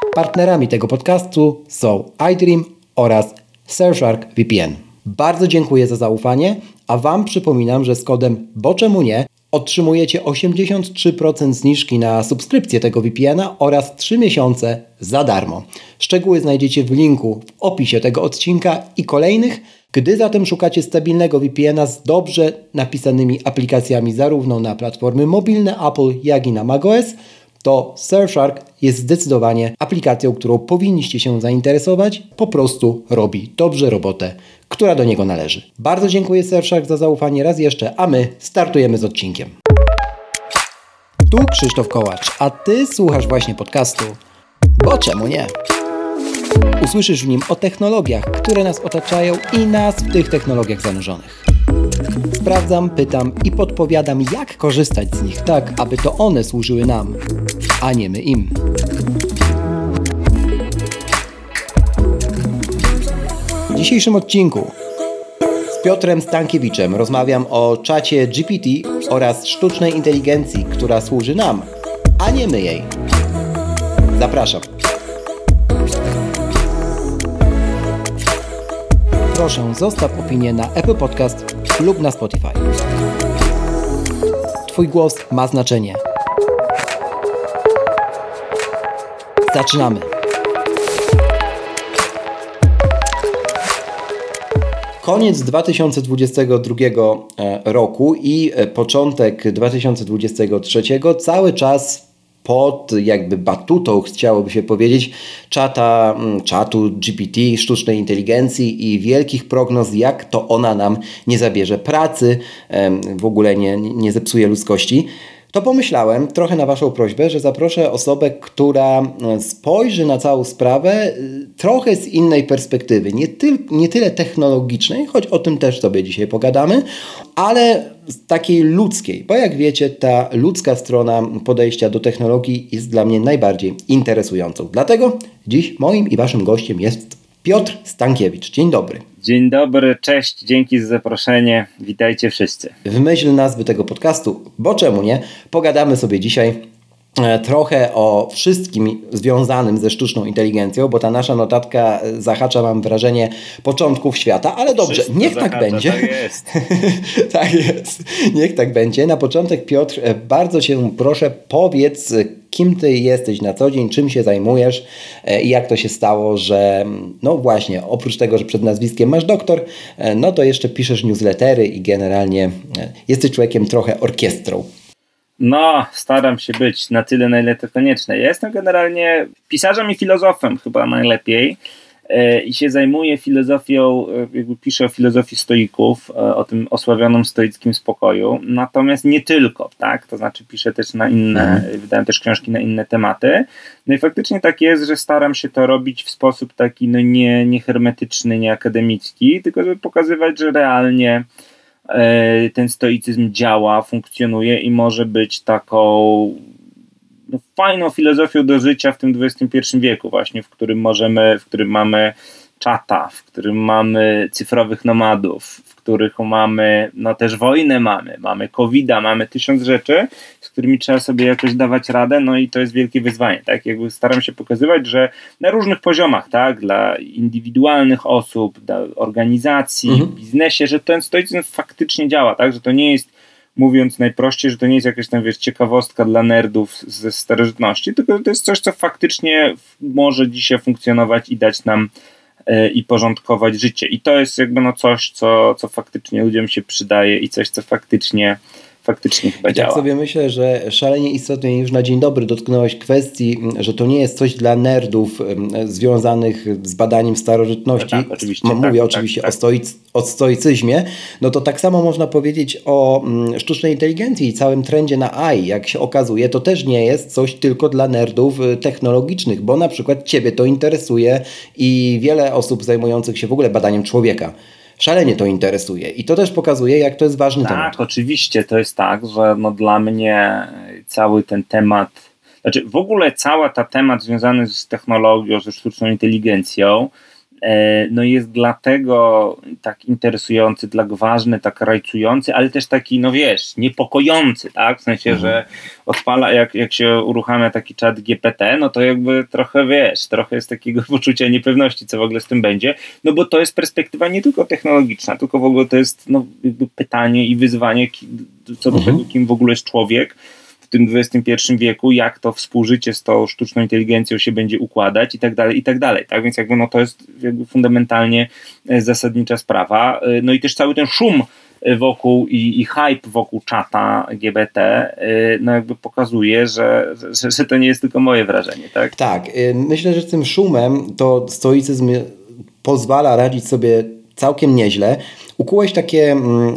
Partnerami tego podcastu są iDream oraz Surfshark VPN. Bardzo dziękuję za zaufanie, a Wam przypominam, że z kodem BOCzemunie otrzymujecie 83% zniżki na subskrypcję tego VPN-a oraz 3 miesiące za darmo. Szczegóły znajdziecie w linku w opisie tego odcinka i kolejnych. Gdy zatem szukacie stabilnego VPN-a z dobrze napisanymi aplikacjami zarówno na platformy mobilne Apple, jak i na macOS, to Surfshark jest zdecydowanie aplikacją, którą powinniście się zainteresować. Po prostu robi dobrze robotę, która do niego należy. Bardzo dziękuję Surfshark za zaufanie raz jeszcze, a my startujemy z odcinkiem. Tu Krzysztof Kołacz, a Ty słuchasz właśnie podcastu Bo czemu nie? Usłyszysz w nim o technologiach, które nas otaczają i nas w tych technologiach zanurzonych. Sprawdzam, pytam i podpowiadam, jak korzystać z nich tak, aby to one służyły nam, a nie my im. W dzisiejszym odcinku z Piotrem Stankiewiczem rozmawiam o czacie GPT oraz sztucznej inteligencji, która służy nam, a nie my jej. Zapraszam. Proszę, zostaw opinię na Apple Podcast lub na Spotify. Twój głos ma znaczenie. Zaczynamy. Koniec 2022 roku i początek 2023 cały czas pod jakby batutą, chciałoby się powiedzieć, czatu GPT, sztucznej inteligencji i wielkich prognoz, jak to ona nam nie zabierze pracy, w ogóle nie zepsuje ludzkości. To pomyślałem trochę na Waszą prośbę, że zaproszę osobę, która spojrzy na całą sprawę trochę z innej perspektywy. Nie tyle technologicznej, choć o tym też sobie dzisiaj pogadamy, ale z takiej ludzkiej, bo jak wiecie, ta ludzka strona podejścia do technologii jest dla mnie najbardziej interesującą. Dlatego dziś moim i Waszym gościem jest Piotr Stankiewicz. Dzień dobry. Dzień dobry, cześć, dzięki za zaproszenie, witajcie wszyscy. W myśl nazwy tego podcastu, bo czemu nie, pogadamy sobie dzisiaj trochę o wszystkim związanym ze sztuczną inteligencją, bo ta nasza notatka zahacza, mam wrażenie, początków świata, ale dobrze, wszystko niech zahacza, tak będzie. Tak jest. Tak jest, niech tak będzie. Na początek, Piotr, bardzo Cię proszę, powiedz, kim Ty jesteś na co dzień, czym się zajmujesz i jak to się stało, że no właśnie, oprócz tego, że przed nazwiskiem masz doktor, no to jeszcze piszesz newslettery i generalnie jesteś człowiekiem trochę orkiestrą. No, staram się być na tyle, na ile to konieczne. Ja jestem generalnie pisarzem i filozofem chyba najlepiej i się zajmuję filozofią, jakby piszę o filozofii stoików, o tym osławionym stoickim spokoju, natomiast nie tylko, tak? To znaczy piszę też na inne, wydałem też książki na inne tematy. No i faktycznie tak jest, że staram się to robić w sposób taki no nie hermetyczny, nie akademicki, tylko żeby pokazywać, że realnie ten stoicyzm działa, funkcjonuje i może być taką fajną filozofią do życia w tym XXI wieku właśnie, w którym mamy czata, w którym mamy cyfrowych nomadów, w których mamy, no też wojnę mamy COVID-a, mamy 1000 rzeczy, z którymi trzeba sobie jakoś dawać radę, no i to jest wielkie wyzwanie, tak, jakby staram się pokazywać, że na różnych poziomach, tak, dla indywidualnych osób, dla organizacji, w biznesie, że ten stoicyzm faktycznie działa, tak, że to nie jest, mówiąc najprościej, że to nie jest jakaś tam, ciekawostka dla nerdów ze starożytności, tylko to jest coś, co faktycznie może dzisiaj funkcjonować i dać nam i porządkować życie. I to jest jakby coś, co faktycznie ludziom się przydaje i coś, co faktycznie chyba działa. Tak sobie myślę, że szalenie istotnie już na dzień dobry dotknąłeś kwestii, że to nie jest coś dla nerdów związanych z badaniem starożytności. Tak, oczywiście. Mówię oczywiście o stoicyzmie. No to tak samo można powiedzieć o sztucznej inteligencji i całym trendzie na AI. Jak się okazuje, to też nie jest coś tylko dla nerdów technologicznych, bo na przykład Ciebie to interesuje i wiele osób zajmujących się w ogóle badaniem człowieka szalenie to interesuje i to też pokazuje, jak to jest ważny temat. Tak, oczywiście, to jest tak, że dla mnie cały ten temat, w ogóle cała ta temat związany z technologią, ze sztuczną inteligencją no jest dlatego tak interesujący, tak ważny, tak rajcujący, ale też taki, no wiesz, niepokojący, tak? W sensie, że odpala, jak się uruchamia taki czat GPT, no to jakby trochę, wiesz, trochę jest takiego poczucia niepewności, co w ogóle z tym będzie, no bo to jest perspektywa nie tylko technologiczna, tylko w ogóle to jest no, jakby pytanie i wyzwanie co do tego, kim w ogóle jest człowiek w tym XXI wieku, jak to współżycie z tą sztuczną inteligencją się będzie układać i tak dalej, i tak dalej. Tak? Więc jakby no to jest jakby fundamentalnie zasadnicza sprawa. No i też cały ten szum wokół i hype wokół czata GPT no jakby pokazuje, że to nie jest tylko moje wrażenie. Tak? Tak, myślę, że z tym szumem to stoicyzm pozwala radzić sobie całkiem nieźle. Ukułeś takie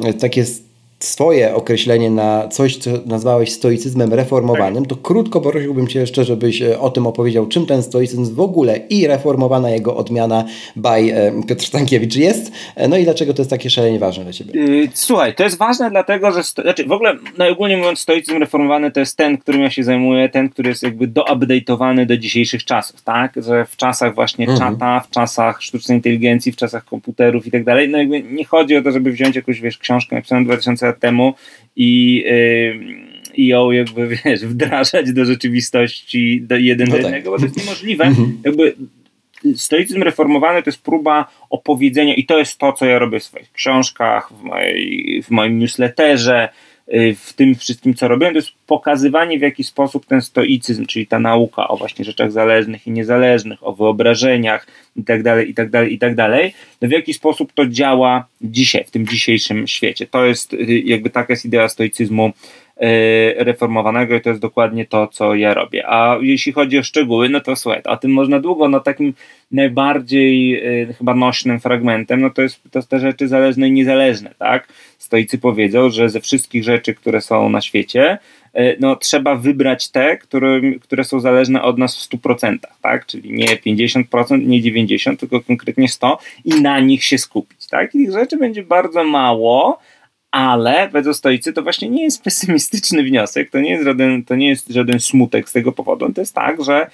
swoje określenie na coś, co nazwałeś stoicyzmem reformowanym, to krótko prosiłbym Cię jeszcze, żebyś o tym opowiedział, czym ten stoicyzm w ogóle i reformowana jego odmiana by Piotr Stankiewicz jest, no i dlaczego to jest takie szalenie ważne dla Ciebie? Słuchaj, to jest ważne dlatego, że w ogóle najogólniej mówiąc stoicyzm reformowany to jest ten, którym ja się zajmuję, ten, który jest jakby doupdate'owany do dzisiejszych czasów, tak? Że w czasach właśnie czata, w czasach sztucznej inteligencji, w czasach komputerów i tak dalej, no jakby nie chodzi o to, żeby wziąć jakąś, wiesz, książkę napisaną 2000 lat temu i ją jakby, wiesz, wdrażać do rzeczywistości do jednego, bo to jest niemożliwe. Jakby stoicyzm reformowany to jest próba opowiedzenia i to jest to, co ja robię w swoich książkach, w moim newsletterze, w tym wszystkim, co robię, to jest pokazywanie, w jaki sposób ten stoicyzm, czyli ta nauka o właśnie rzeczach zależnych i niezależnych, o wyobrażeniach i tak dalej, no w jaki sposób to działa dzisiaj, w tym dzisiejszym świecie. To jest jakby taka jest idea stoicyzmu reformowanego i to jest dokładnie to, co ja robię. A jeśli chodzi o szczegóły, no to słuchaj, o tym można długo, no takim najbardziej chyba nośnym fragmentem, no to jest te rzeczy zależne i niezależne, tak? Stoicy powiedzą, że ze wszystkich rzeczy, które są na świecie, no trzeba wybrać te, które są zależne od nas w 100%, tak? Czyli nie 50%, nie 90%, tylko konkretnie 100% i na nich się skupić, tak? I tych rzeczy będzie bardzo mało, ale według stoicy to właśnie nie jest pesymistyczny wniosek, to nie jest żaden smutek z tego powodu. To jest tak, że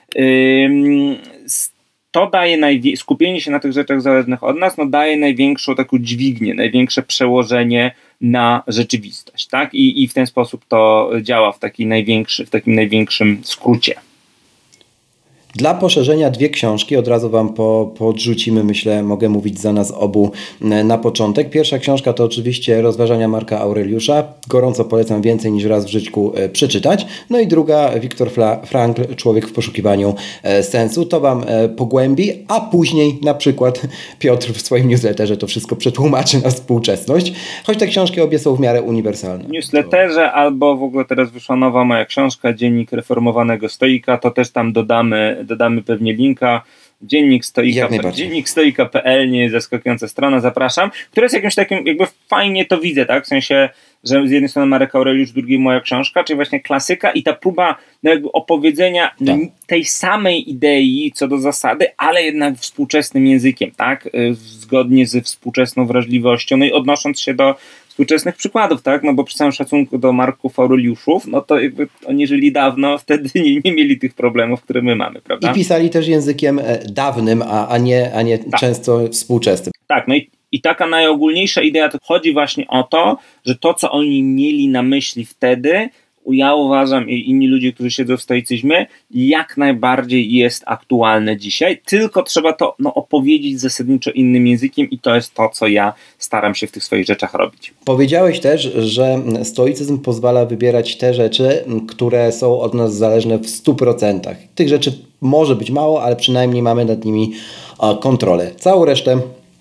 to daje skupienie się na tych rzeczach zależnych od nas, no daje największą taką dźwignię, największe przełożenie na rzeczywistość, tak? I w ten sposób to działa w takim największym skrócie. Dla poszerzenia 2 książki, od razu Wam podrzucimy, myślę, mogę mówić za nas obu na początek. Pierwsza książka to oczywiście Rozważania Marka Aureliusza. Gorąco polecam, więcej niż raz w życiu przeczytać. No i druga, Viktor Frankl, Człowiek w poszukiwaniu sensu. To Wam pogłębi, a później na przykład Piotr w swoim newsletterze to wszystko przetłumaczy na współczesność. Choć te książki obie są w miarę uniwersalne. W newsletterze albo w ogóle teraz wyszła nowa moja książka, Dziennik reformowanego stoika, to też tam dodamy pewnie linka. Dziennik stoika.pl, nie zaskakująca strona, zapraszam, która jest jakimś takim, jakby fajnie to widzę, tak? W sensie, że z jednej strony Marek Aureliusz, z drugiej moja książka, czyli właśnie klasyka i ta próba no jakby opowiedzenia tej samej idei co do zasady, ale jednak współczesnym językiem, tak? Zgodnie ze współczesną wrażliwością, no i odnosząc się do współczesnych przykładów, tak? No bo przy całym szacunku do Marków Aureliuszów, no to jakby oni żyli dawno, wtedy nie mieli tych problemów, które my mamy, prawda? I pisali też językiem dawnym, a nie często współczesnym. Tak, no i taka najogólniejsza idea to chodzi właśnie o to, że to, co oni mieli na myśli wtedy, ja uważam i inni ludzie, którzy siedzą w stoicyzmie, jak najbardziej jest aktualne dzisiaj, tylko trzeba to opowiedzieć zasadniczo innym językiem i to jest to, co ja staram się w tych swoich rzeczach robić. Powiedziałeś też, że stoicyzm pozwala wybierać te rzeczy, które są od nas zależne w 100%. Tych rzeczy może być mało, ale przynajmniej mamy nad nimi kontrolę. Całą resztę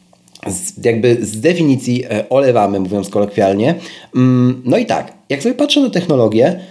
jakby z definicji olewamy, mówiąc kolokwialnie. No i tak, jak sobie patrzę na technologię,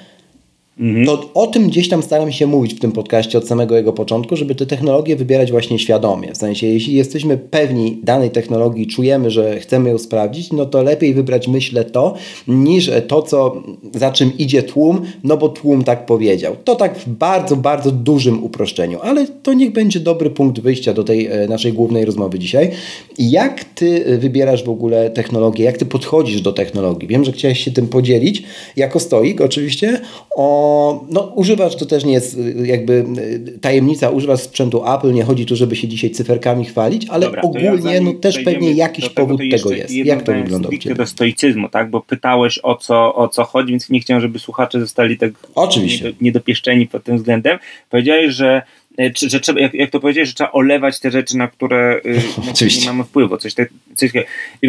to o tym gdzieś tam staram się mówić w tym podcaście od samego jego początku, żeby te technologie wybierać właśnie świadomie. W sensie, jeśli jesteśmy pewni danej technologii, czujemy, że chcemy ją sprawdzić, no to lepiej wybrać, myślę, to, niż to, za czym idzie tłum, no bo tłum tak powiedział. To tak w bardzo, bardzo dużym uproszczeniu, ale to niech będzie dobry punkt wyjścia do tej naszej głównej rozmowy dzisiaj. Jak Ty wybierasz w ogóle technologię? Jak Ty podchodzisz do technologii? Wiem, że chciałeś się tym podzielić, jako stoik oczywiście, o no używasz, to też nie jest jakby tajemnica, używasz sprzętu Apple, nie chodzi tu, żeby się dzisiaj cyferkami chwalić, ale dobra, ogólnie no też pewnie jakiś powód tego jest. Jak to wygląda u Ciebie? Do stoicyzmu, tak? Bo pytałeś o co chodzi, więc nie chciałem, żeby słuchacze zostali tak niedopieszczeni pod tym względem. Powiedziałeś, że trzeba, jak to powiedziałeś, że trzeba olewać te rzeczy, na które nie mamy wpływu. Coś takiego.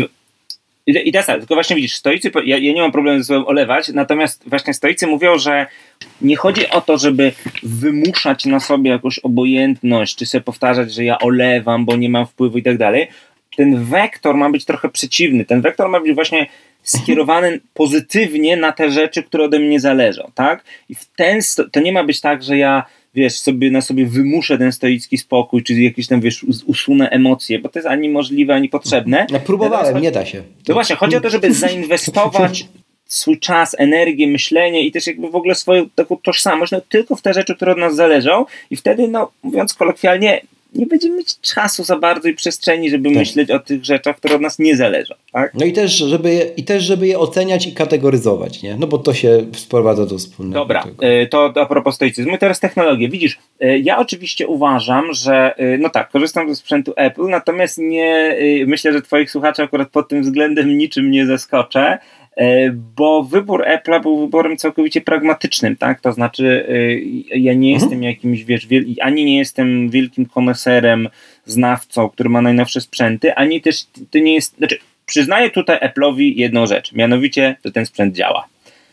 I teraz tak, tylko właśnie widzisz, stoicy, ja nie mam problemu ze słowem olewać, natomiast właśnie stoicy mówią, że nie chodzi o to, żeby wymuszać na sobie jakąś obojętność, czy sobie powtarzać, że ja olewam, bo nie mam wpływu i tak dalej. Ten wektor ma być trochę przeciwny. Ten wektor ma być właśnie skierowany pozytywnie na te rzeczy, które ode mnie zależą, tak? I to nie ma być tak, że ja na sobie wymuszę ten stoicki spokój, czy jakieś tam, usunę emocje, bo to jest ani możliwe, ani potrzebne. Ja próbowałem, nie da się. To właśnie, chodzi o to, żeby zainwestować swój czas, energię, myślenie i też jakby w ogóle swoją taką tożsamość, no tylko w te rzeczy, które od nas zależą i wtedy, no mówiąc kolokwialnie, nie będziemy mieć czasu za bardzo i przestrzeni, żeby myśleć o tych rzeczach, które od nas nie zależą. Tak? No i też, żeby je oceniać i kategoryzować, nie? No bo to się sprowadza do wspólnego. Dobra, to a propos stoicyzmu. I teraz technologie. Widzisz, ja oczywiście uważam, że no tak, korzystam ze sprzętu Apple, natomiast nie myślę, że twoich słuchaczy akurat pod tym względem niczym nie zaskoczę, bo wybór Apple'a był wyborem całkowicie pragmatycznym, tak? To znaczy ja nie jestem jakimś, ani nie jestem wielkim koneserem, znawcą, który ma najnowsze sprzęty, ani też to nie jest, znaczy przyznaję tutaj Apple'owi jedną rzecz, mianowicie, że ten sprzęt działa.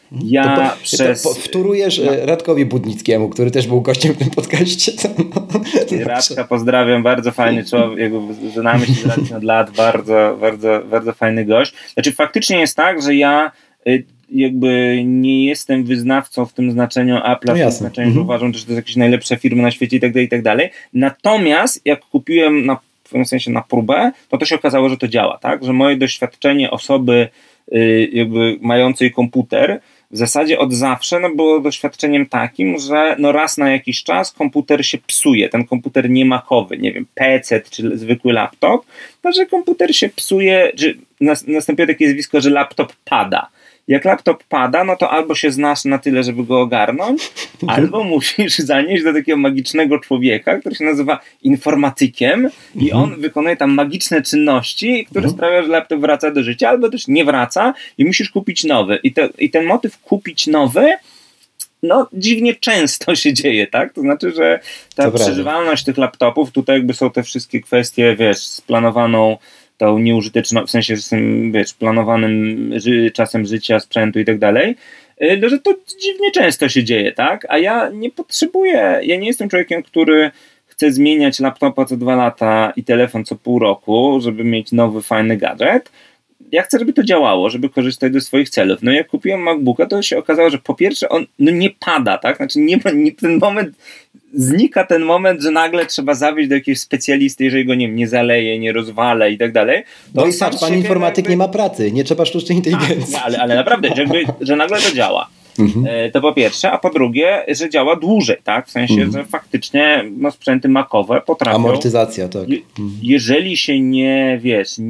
Wtórujesz Radkowi Budnickiemu, który też był gościem w tym podcaście. Radka pozdrawiam, bardzo fajny człowiek, znamy się z Radkiem od lat, bardzo, bardzo, bardzo fajny gość. Znaczy faktycznie jest tak, że ja jakby nie jestem wyznawcą w tym znaczeniu Apple'a, w tym znaczeniu, że uważam, że to jest jakieś najlepsze firmy na świecie i tak dalej. Natomiast jak kupiłem w pewnym sensie na próbę, to się okazało, że to działa, tak? Że moje doświadczenie osoby jakby mającej komputer w zasadzie od zawsze było doświadczeniem takim, że raz na jakiś czas komputer się psuje. Ten komputer nie makowy, nie wiem, PC czy zwykły laptop, że komputer się psuje, że następuje takie zjawisko, że laptop pada. Jak laptop pada, no to albo się znasz na tyle, żeby go ogarnąć, albo musisz zanieść do takiego magicznego człowieka, który się nazywa informatykiem i on wykonuje tam magiczne czynności, które sprawiają, że laptop wraca do życia, albo też nie wraca i musisz kupić nowy. I ten motyw kupić nowy, no dziwnie często się dzieje, tak? To znaczy, że ta przeżywalność tych laptopów, tutaj jakby są te wszystkie kwestie, z planowaną tą nieużyteczną, w sensie z tym, planowanym czasem życia, sprzętu i tak dalej, że to dziwnie często się dzieje, tak? A ja nie potrzebuję, ja nie jestem człowiekiem, który chce zmieniać laptopa co 2 lata i telefon co pół roku, żeby mieć nowy, fajny gadżet. Ja chcę, żeby to działało, żeby korzystać do swoich celów. No jak kupiłem MacBooka, to się okazało, że po pierwsze on nie pada, tak? Znaczy ten moment, znika ten moment, że nagle trzeba zawieźć do jakiegoś specjalisty, jeżeli go nie zaleje, nie rozwala i tak dalej. No i patrz, pan informatyk nie ma pracy, nie trzeba sztucznej inteligencji. Ale naprawdę, że nagle to działa. To po pierwsze, a po drugie, że działa dłużej, tak? W sensie, że faktycznie sprzęty macowe potrafią... Amortyzacja, tak. Jeżeli się nie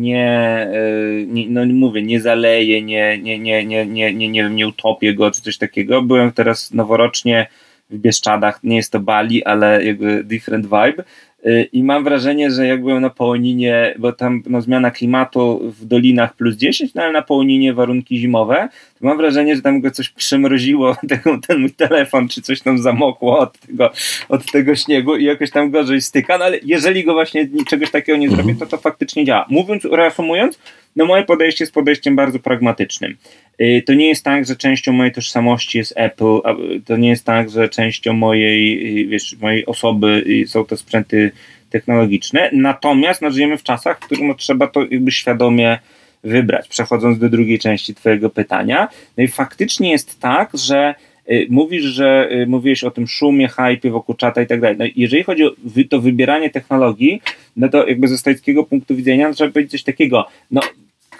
zaleje, nie utopię go, czy coś takiego. Byłem teraz noworocznie w Bieszczadach, nie jest to Bali, ale jakby different vibe. I mam wrażenie, że jak byłem na Połoninie, bo tam zmiana klimatu w dolinach +10, ale na Połoninie warunki zimowe, to mam wrażenie, że tam go coś przymroziło, ten mój telefon, czy coś tam zamokło od tego śniegu i jakoś tam gorzej styka, no ale jeżeli go właśnie czegoś takiego nie zrobię, to faktycznie działa. Reasumując, moje podejście jest podejściem bardzo pragmatycznym. To nie jest tak, że częścią mojej tożsamości jest Apple, to nie jest tak, że częścią mojej osoby są to sprzęty technologiczne, natomiast żyjemy w czasach, w których trzeba to jakby świadomie wybrać, przechodząc do drugiej części twojego pytania. No i faktycznie jest tak, że mówiłeś o tym szumie, hypie wokół czata i tak dalej. No jeżeli chodzi o to wybieranie technologii, no to jakby ze stoickiego punktu widzenia trzeba powiedzieć coś takiego,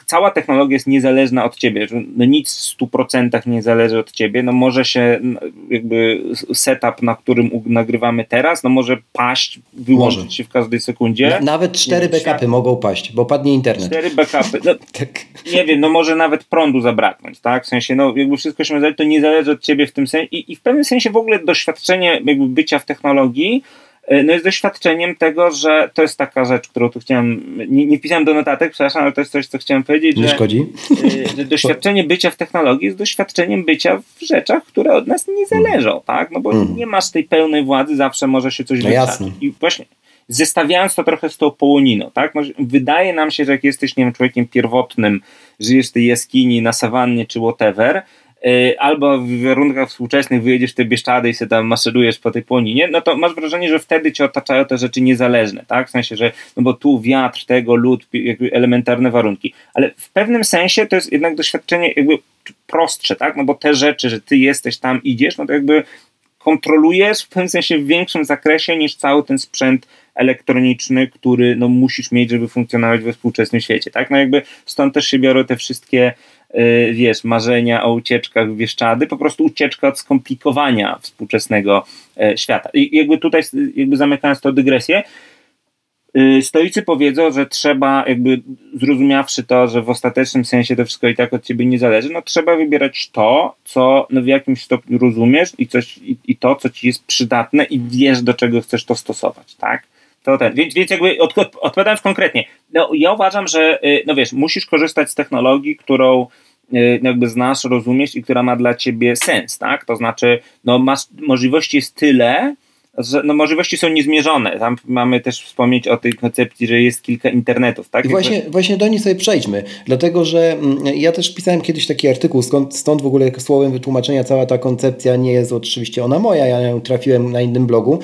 cała technologia jest niezależna od ciebie, że no nic w 100% nie zależy od ciebie, no może się jakby setup, na którym nagrywamy teraz, no może paść, wyłączyć się w każdej sekundzie. Nawet 4 backupy mogą paść, bo padnie internet. 4 backupy, no, tak. Nie wiem, no może nawet prądu zabraknąć, tak? W sensie, no jakby wszystko się zależy, to nie zależy od ciebie w tym sensie i w pewnym sensie w ogóle doświadczenie jakby bycia w technologii no jest doświadczeniem tego, że to jest taka rzecz, którą tu chciałem, nie wpisałem do notatek, przepraszam, ale to jest coś, co chciałem powiedzieć, nie szkodzi. Że doświadczenie bycia w technologii jest doświadczeniem bycia w rzeczach, które od nas nie zależą, tak? No bo nie masz tej pełnej władzy, zawsze może się coś wydarzyć. I właśnie zestawiając to trochę z tą połoniną, tak? Wydaje nam się, że jak jesteś, nie wiem, człowiekiem pierwotnym, żyjesz w tej jaskini, na sawannie czy whatever, albo w warunkach współczesnych wyjedziesz w te Bieszczady i sobie tam maszerujesz po tej płoninie, no to masz wrażenie, że wtedy cię otaczają te rzeczy niezależne, tak? W sensie, że no bo tu wiatr, tego, lód, jakby elementarne warunki. Ale w pewnym sensie to jest jednak doświadczenie jakby prostsze, tak? No bo te rzeczy, że ty jesteś tam, idziesz, no to jakby kontrolujesz w pewnym sensie w większym zakresie niż cały ten sprzęt elektroniczny, który no musisz mieć, żeby funkcjonować we współczesnym świecie, tak? No jakby stąd też się biorą te wszystkie wiesz, marzenia o ucieczkach w Bieszczady, po prostu ucieczka od skomplikowania współczesnego świata. I jakby tutaj, jakby zamykając tę dygresję, stoicy powiedzą, że trzeba jakby zrozumiawszy to, że w ostatecznym sensie to wszystko i tak od ciebie nie zależy, no trzeba wybierać to, co no w jakimś stopniu rozumiesz i to, co ci jest przydatne i wiesz, do czego chcesz to stosować, tak? Więc jakby odpowiadając konkretnie, no ja uważam, że no wiesz, musisz korzystać z technologii, którą jakby znasz, rozumiesz i która ma dla ciebie sens, tak? To znaczy, no możliwości jest tyle, że no możliwości są niezmierzone. Tam mamy też wspomnieć o tej koncepcji, że jest kilka internetów, tak? I właśnie do niej sobie przejdźmy, dlatego że ja też pisałem kiedyś taki artykuł, stąd w ogóle słowem wytłumaczenia cała ta koncepcja nie jest oczywiście ona moja, ja ją trafiłem na innym blogu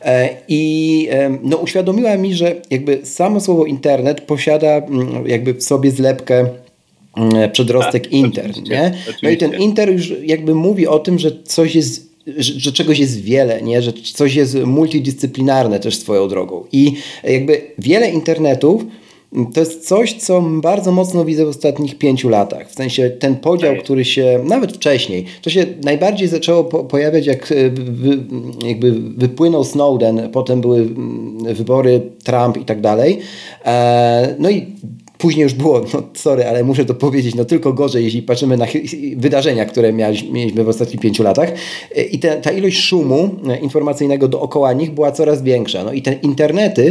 i no uświadomiła mi, że jakby samo słowo internet posiada jakby w sobie zlepkę przedrostek inter, nie? No i ten inter już jakby mówi o tym, że coś jest, że czegoś jest wiele, nie? Że coś jest multidyscyplinarne też swoją drogą. I jakby wiele internetów to jest coś, co bardzo mocno widzę w ostatnich 5 latach. W sensie ten podział, który się nawet wcześniej, to się najbardziej zaczęło pojawiać, jak jakby wypłynął Snowden, potem były wybory, Trump i tak dalej. No i później już było, no sorry, ale muszę to powiedzieć, no tylko gorzej, jeśli patrzymy na wydarzenia, które mieliśmy w ostatnich 5 latach i ta ilość szumu informacyjnego dookoła nich była coraz większa. No i te internety,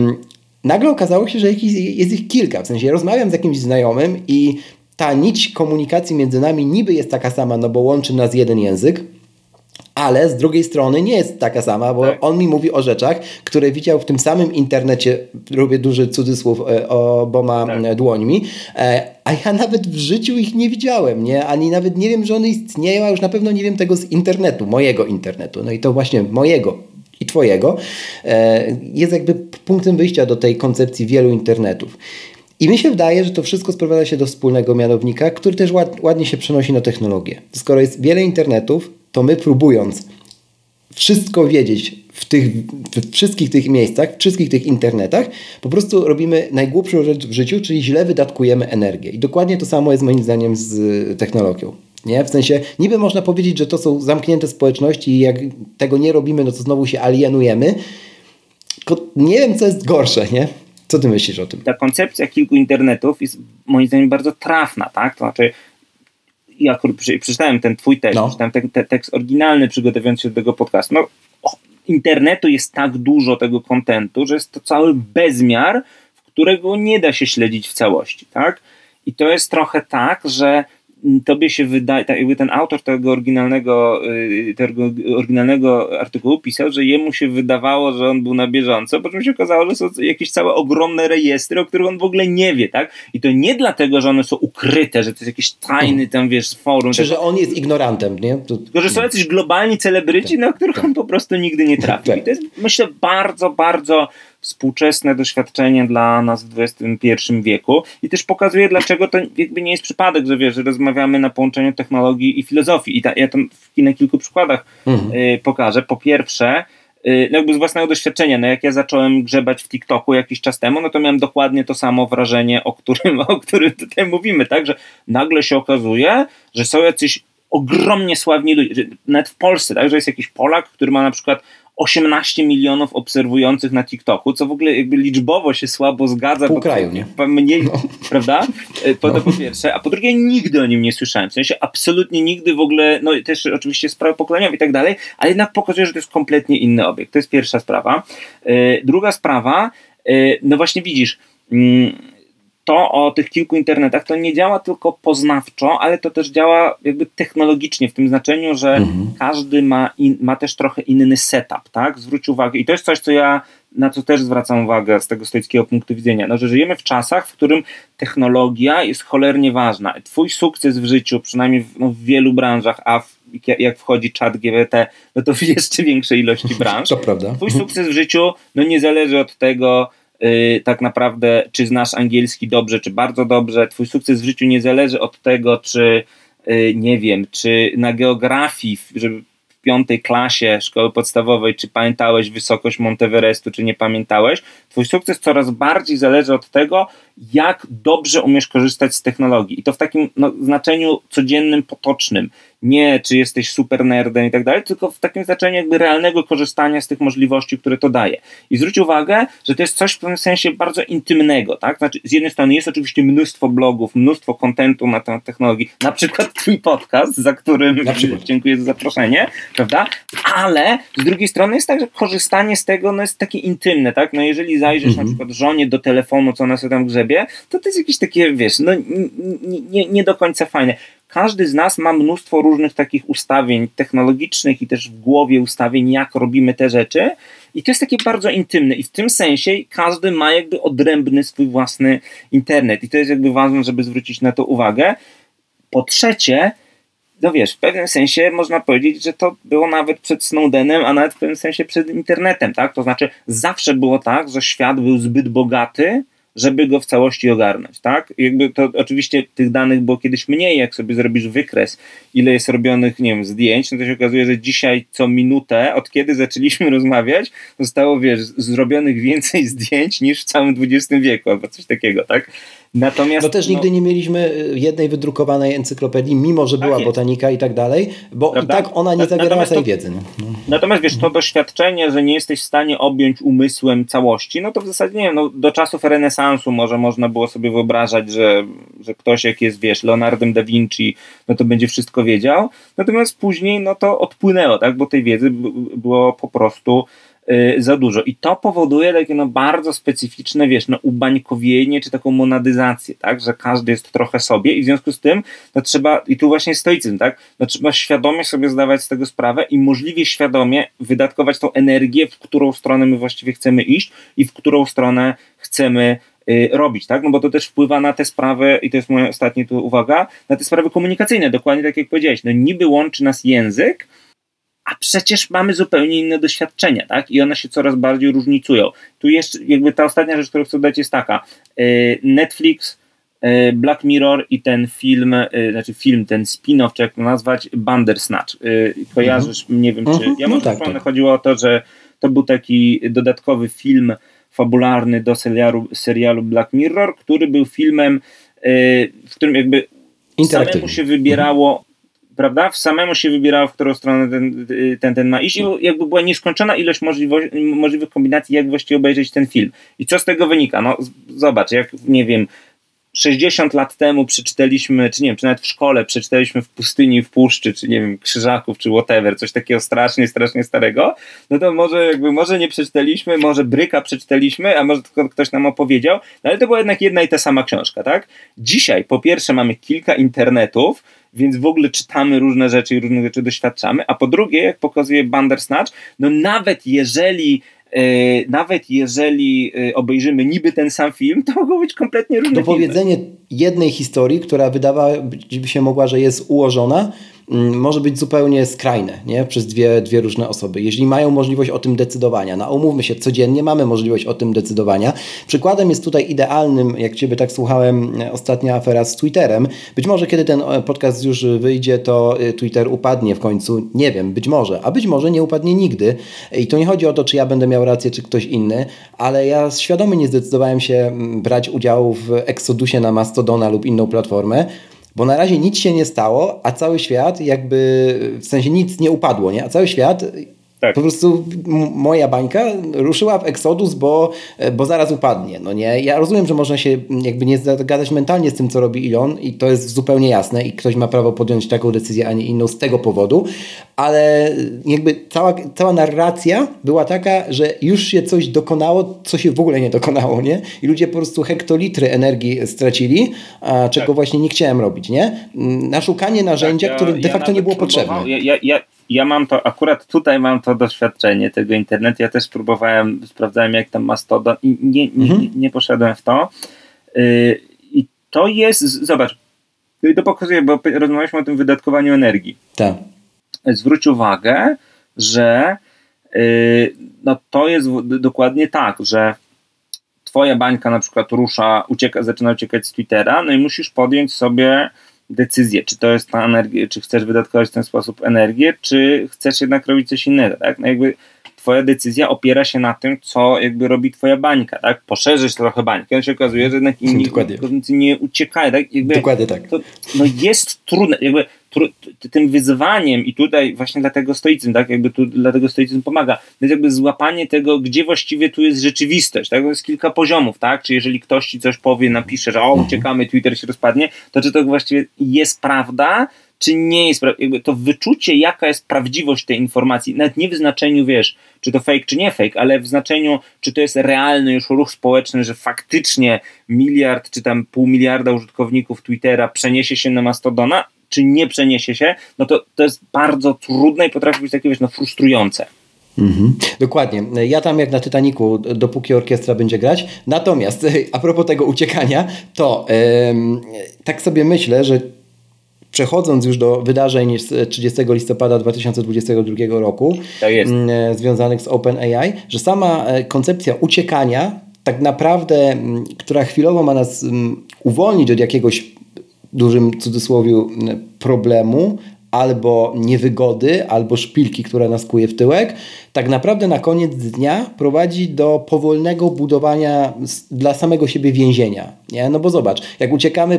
nagle okazało się, że jest ich kilka. W sensie rozmawiam z jakimś znajomym i ta nić komunikacji między nami niby jest taka sama, no bo łączy nas jeden język, ale z drugiej strony nie jest taka sama, bo on mi mówi o rzeczach, które widział w tym samym internecie, robię duży cudzysłów oboma dłońmi, a ja nawet w życiu ich nie widziałem, nie? Ani nawet nie wiem, że one istnieją, a już na pewno nie wiem tego z internetu, mojego internetu. No i to właśnie mojego i twojego jest jakby punktem wyjścia do tej koncepcji wielu internetów. I mi się wydaje, że to wszystko sprowadza się do wspólnego mianownika, który też ładnie się przenosi na technologię. Skoro jest wiele internetów, to my próbując wszystko wiedzieć w wszystkich tych miejscach, w wszystkich tych internetach, po prostu robimy najgłupszą rzecz w życiu, czyli źle wydatkujemy energię. I dokładnie to samo jest moim zdaniem z technologią. Nie? W sensie niby można powiedzieć, że to są zamknięte społeczności i jak tego nie robimy, no to znowu się alienujemy. Tylko nie wiem, co jest gorsze, nie? Co ty myślisz o tym? Ta koncepcja kilku internetów jest moim zdaniem bardzo trafna, tak? To znaczy ja przeczytałem ten twój tekst, przeczytałem ten tekst oryginalny, przygotowując się do tego podcastu. No, internetu jest tak dużo tego kontentu, że jest to cały bezmiar, którego nie da się śledzić w całości, tak? I to jest trochę tak, że tobie się wydaje, jakby ten autor tego oryginalnego artykułu pisał, że jemu się wydawało, że on był na bieżąco, po czym się okazało, że są jakieś całe ogromne rejestry, o których on w ogóle nie wie, tak? I to nie dlatego, że one są ukryte, że to jest jakiś tajny tam, wiesz, forum. Czy że on jest ignorantem, nie? Tylko, że są jacyś globalni celebryci, na których on po prostu nigdy nie trafił. I to jest, myślę, bardzo, bardzo współczesne doświadczenie dla nas w XXI wieku i też pokazuje, dlaczego to jakby nie jest przypadek, że wiesz, że rozmawiamy na połączeniu technologii i filozofii. I ja to na kilku przykładach pokażę. Po pierwsze, jakby z własnego doświadczenia, no jak ja zacząłem grzebać w TikToku jakiś czas temu, no to miałem dokładnie to samo wrażenie, o którym tutaj mówimy, tak, że nagle się okazuje, że są jacyś ogromnie sławni ludzie, że nawet w Polsce, tak, że jest jakiś Polak, który ma na przykład 18 milionów obserwujących na TikToku, co w ogóle jakby liczbowo się słabo zgadza. Pół kraju, nie? Mniej, prawda? To po pierwsze. A po drugie, nigdy o nim nie słyszałem. W sensie absolutnie nigdy w ogóle, no też oczywiście sprawy pokoleniowe i tak dalej, ale jednak pokazuje, że to jest kompletnie inny obiekt. To jest pierwsza sprawa. Druga sprawa, no właśnie widzisz, to o tych kilku internetach to nie działa tylko poznawczo, ale to też działa jakby technologicznie w tym znaczeniu, że każdy ma też trochę inny setup, tak? Zwróć uwagę i to jest coś, na co też zwracam uwagę z tego stoickiego punktu widzenia, no, że żyjemy w czasach, w którym technologia jest cholernie ważna. Twój sukces w życiu, przynajmniej w wielu branżach, jak wchodzi ChatGPT, no to w jeszcze większej ilości branż. To prawda. Twój sukces w życiu no nie zależy od tego, tak naprawdę, czy znasz angielski dobrze, czy bardzo dobrze. Twój sukces w życiu nie zależy od tego, czy nie wiem, czy na geografii, żeby w 5. klasie szkoły podstawowej, czy pamiętałeś wysokość Monteverestu, czy nie pamiętałeś. Twój sukces coraz bardziej zależy od tego, jak dobrze umiesz korzystać z technologii. I to w takim znaczeniu codziennym, potocznym. Nie, czy jesteś super nerdem i tak dalej, tylko w takim znaczeniu jakby realnego korzystania z tych możliwości, które to daje. I zwróć uwagę, że to jest coś w pewnym sensie bardzo intymnego, tak? Znaczy, z jednej strony jest oczywiście mnóstwo blogów, mnóstwo kontentu na temat technologii, na przykład twój podcast, za którym dziękuję za zaproszenie, prawda? Ale z drugiej strony jest tak, że korzystanie z tego jest takie intymne, tak? No jeżeli zajrzysz na przykład żonie do telefonu, co ona sobie tam grzebie, to jest jakieś takie, wiesz, nie do końca fajne. Każdy z nas ma mnóstwo różnych takich ustawień technologicznych i też w głowie ustawień, jak robimy te rzeczy i to jest takie bardzo intymne i w tym sensie każdy ma jakby odrębny swój własny internet i to jest jakby ważne, żeby zwrócić na to uwagę. Po trzecie, no wiesz, w pewnym sensie można powiedzieć, że to było nawet przed Snowdenem, a nawet w pewnym sensie przed internetem, tak? To znaczy zawsze było tak, że świat był zbyt bogaty, żeby go w całości ogarnąć, tak? Jakby to oczywiście tych danych było kiedyś mniej, jak sobie zrobisz wykres, ile jest robionych, nie wiem, zdjęć, no to się okazuje, że dzisiaj co minutę, od kiedy zaczęliśmy rozmawiać, zostało, wiesz, zrobionych więcej zdjęć niż w całym XX wieku, albo coś takiego, tak? Natomiast, no też nigdy nie mieliśmy jednej wydrukowanej encyklopedii, mimo że była botanika i tak dalej, bo prawda? I tak ona nie zawierała tej wiedzy. Natomiast wiesz, to doświadczenie, że nie jesteś w stanie objąć umysłem całości, no to w zasadzie nie wiem, do czasów renesansu może można było sobie wyobrażać, że ktoś jak jest, wiesz, Leonardem da Vinci, no to będzie wszystko wiedział, natomiast później no to odpłynęło, tak, bo tej wiedzy było po prostu za dużo. I to powoduje takie bardzo specyficzne, wiesz, ubańkowienie czy taką monadyzację, tak, że każdy jest trochę sobie i w związku z tym trzeba, i tu właśnie stoicyzm, tak, trzeba świadomie sobie zdawać z tego sprawę i możliwie świadomie wydatkować tą energię, w którą stronę my właściwie chcemy iść i w którą stronę chcemy robić, tak, no bo to też wpływa na te sprawy i to jest moja ostatnia tu uwaga, na te sprawy komunikacyjne, dokładnie tak jak powiedziałeś, niby łączy nas język, a przecież mamy zupełnie inne doświadczenia, tak? I one się coraz bardziej różnicują. Tu jeszcze jakby ta ostatnia rzecz, którą chcę dodać jest taka. Netflix, Black Mirror i ten film, ten spin-off, czy jak to nazwać, Bandersnatch. Kojarzysz? Nie wiem, czy... Ja może tak. Chodziło o to, że to był taki dodatkowy film fabularny do serialu Black Mirror, który był filmem, w którym jakby samemu się wybierało prawda? Samemu się wybierało, w którą stronę ten ma iść i jakby była nieskończona ilość możliwych kombinacji, jak właściwie obejrzeć ten film. I co z tego wynika? No zobacz, jak nie wiem, 60 lat temu przeczytaliśmy, czy nie wiem, czy nawet w szkole przeczytaliśmy W pustyni, w puszczy, czy nie wiem, Krzyżaków, czy whatever, coś takiego strasznie starego, no to może nie przeczytaliśmy, może Bryka przeczytaliśmy, a może tylko ktoś nam opowiedział, no ale to była jednak jedna i ta sama książka, tak? Dzisiaj po pierwsze mamy kilka internetów, więc w ogóle czytamy różne rzeczy i różne rzeczy doświadczamy, a po drugie, jak pokazuje Bandersnatch, no nawet jeżeli obejrzymy niby ten sam film, to mogą być kompletnie różne dopowiedzenie filmy. Jednej historii, która wydawałaby się mogła, że jest ułożona, może być zupełnie skrajne, nie? Przez dwie różne osoby. Jeśli mają możliwość o tym decydowania, no umówmy się, codziennie mamy możliwość o tym decydowania. Przykładem jest tutaj idealnym, jak Ciebie tak słuchałem, ostatnia afera z Twitterem. Być może kiedy ten podcast już wyjdzie, to Twitter upadnie w końcu. Nie wiem, być może. A być może nie upadnie nigdy. I to nie chodzi o to, czy ja będę miał rację, czy ktoś inny, ale ja świadomie nie zdecydowałem się brać udziału w eksodusie na Mastodona lub inną platformę, bo na razie nic się nie stało, a cały świat jakby, w sensie nic nie upadło, nie? A cały świat... Tak. Po prostu moja bańka ruszyła w eksodus, bo zaraz upadnie. No nie? Ja rozumiem, że można się jakby nie zgadzać mentalnie z tym, co robi Elon i to jest zupełnie jasne i ktoś ma prawo podjąć taką decyzję, a nie inną z tego powodu, ale jakby cała narracja była taka, że już się coś dokonało, co się w ogóle nie dokonało, nie? I ludzie po prostu hektolitry energii stracili, czego właśnie nie chciałem robić, nie? Na szukanie narzędzia, które de facto nie było potrzebne. Ja mam to, akurat tutaj mam to doświadczenie tego internetu. Ja też próbowałem, sprawdzałem jak tam Mastodon i nie poszedłem w to. I to jest, zobacz, to pokazuje, bo rozmawialiśmy o tym wydatkowaniu energii. Tak. Zwróć uwagę, że no to jest dokładnie tak, że twoja bańka na przykład zaczyna uciekać z Twittera, no i musisz podjąć sobie decyzję, czy to jest ta energia, czy chcesz wydatkować w ten sposób energię, czy chcesz jednak robić coś innego, tak? No jakby twoja decyzja opiera się na tym, co jakby robi twoja bańka, tak? Poszerzysz trochę bańkę, no się okazuje, że jednak inni użytkownicy nie uciekają, tak? Jakby dokładnie tak. To, no jest trudne, jakby tym wyzwaniem i tutaj właśnie dlatego stoicyzm, tak? Jakby dlatego stoicyzm pomaga. To jest jakby złapanie tego, gdzie właściwie tu jest rzeczywistość, tak? To jest kilka poziomów, tak? Czy jeżeli ktoś ci coś powie, napisze, że uciekamy, Twitter się rozpadnie, to czy to właściwie jest prawda, czy nie jest prawda? Jakby to wyczucie, jaka jest prawdziwość tej informacji, nawet nie w znaczeniu, wiesz, czy to fake, czy nie fake, ale w znaczeniu, czy to jest realny już ruch społeczny, że faktycznie 1 miliard, czy tam 0,5 miliarda użytkowników Twittera przeniesie się na Mastodona, czy nie przeniesie się, no to jest bardzo trudne i potrafi być takie, wiesz, no frustrujące. Dokładnie. Ja tam jak na Titanicu, dopóki orkiestra będzie grać. Natomiast a propos tego uciekania, to tak sobie myślę, że przechodząc już do wydarzeń z 30 listopada 2022 roku związanych z OpenAI, że sama koncepcja uciekania tak naprawdę, która chwilowo ma nas uwolnić od jakiegoś dużym cudzysłowiu problemu, albo niewygody, albo szpilki, która nas kuje w tyłek, tak naprawdę na koniec dnia prowadzi do powolnego budowania dla samego siebie więzienia. Nie? No bo zobacz, jak uciekamy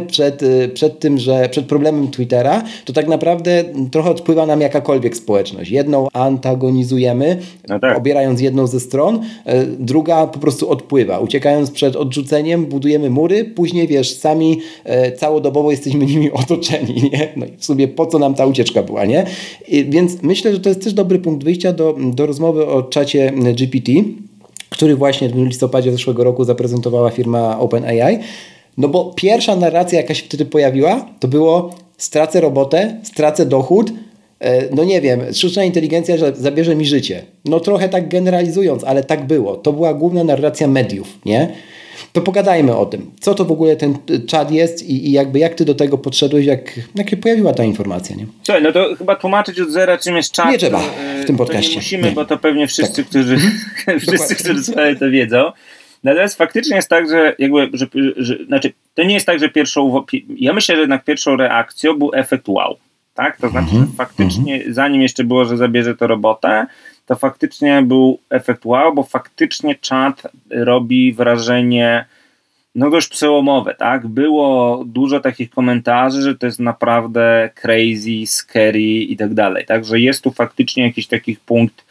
przed problemem Twittera, to tak naprawdę trochę odpływa nam jakakolwiek społeczność. Jedną antagonizujemy, obierając jedną ze stron, druga po prostu odpływa. Uciekając przed odrzuceniem, budujemy mury, później wiesz, sami całodobowo jesteśmy nimi otoczeni. Nie? No i w sumie po co nam ta ucieczka była, nie? Więc myślę, że to jest też dobry punkt wyjścia do rozmowy o czacie GPT, który właśnie w listopadzie zeszłego roku zaprezentowała firma OpenAI. No bo pierwsza narracja, jaka się wtedy pojawiła, to było stracę robotę, stracę dochód, no nie wiem, sztuczna inteligencja zabierze mi życie. No trochę tak generalizując, ale tak było. To była główna narracja mediów, nie? To pogadajmy o tym. Co to w ogóle ten czat jest i jakby jak ty do tego podszedłeś, jak się pojawiła ta informacja, nie? Słuchaj, no to chyba tłumaczyć od zera, czym jest czat. Nie trzeba w tym podcaście. Nie musimy, bo to pewnie wszyscy, którzy słuchają, to wiedzą. Natomiast faktycznie jest tak, że znaczy, to nie jest tak, że ja myślę, że jednak pierwszą reakcją był efekt wow. Tak? To znaczy, że faktycznie, zanim jeszcze było, że zabierze to robotę, to faktycznie był efekt wow, bo faktycznie czat robi wrażenie no dość przełomowe, tak? Było dużo takich komentarzy, że to jest naprawdę crazy, scary i tak dalej, tak? Że jest tu faktycznie jakiś taki punkt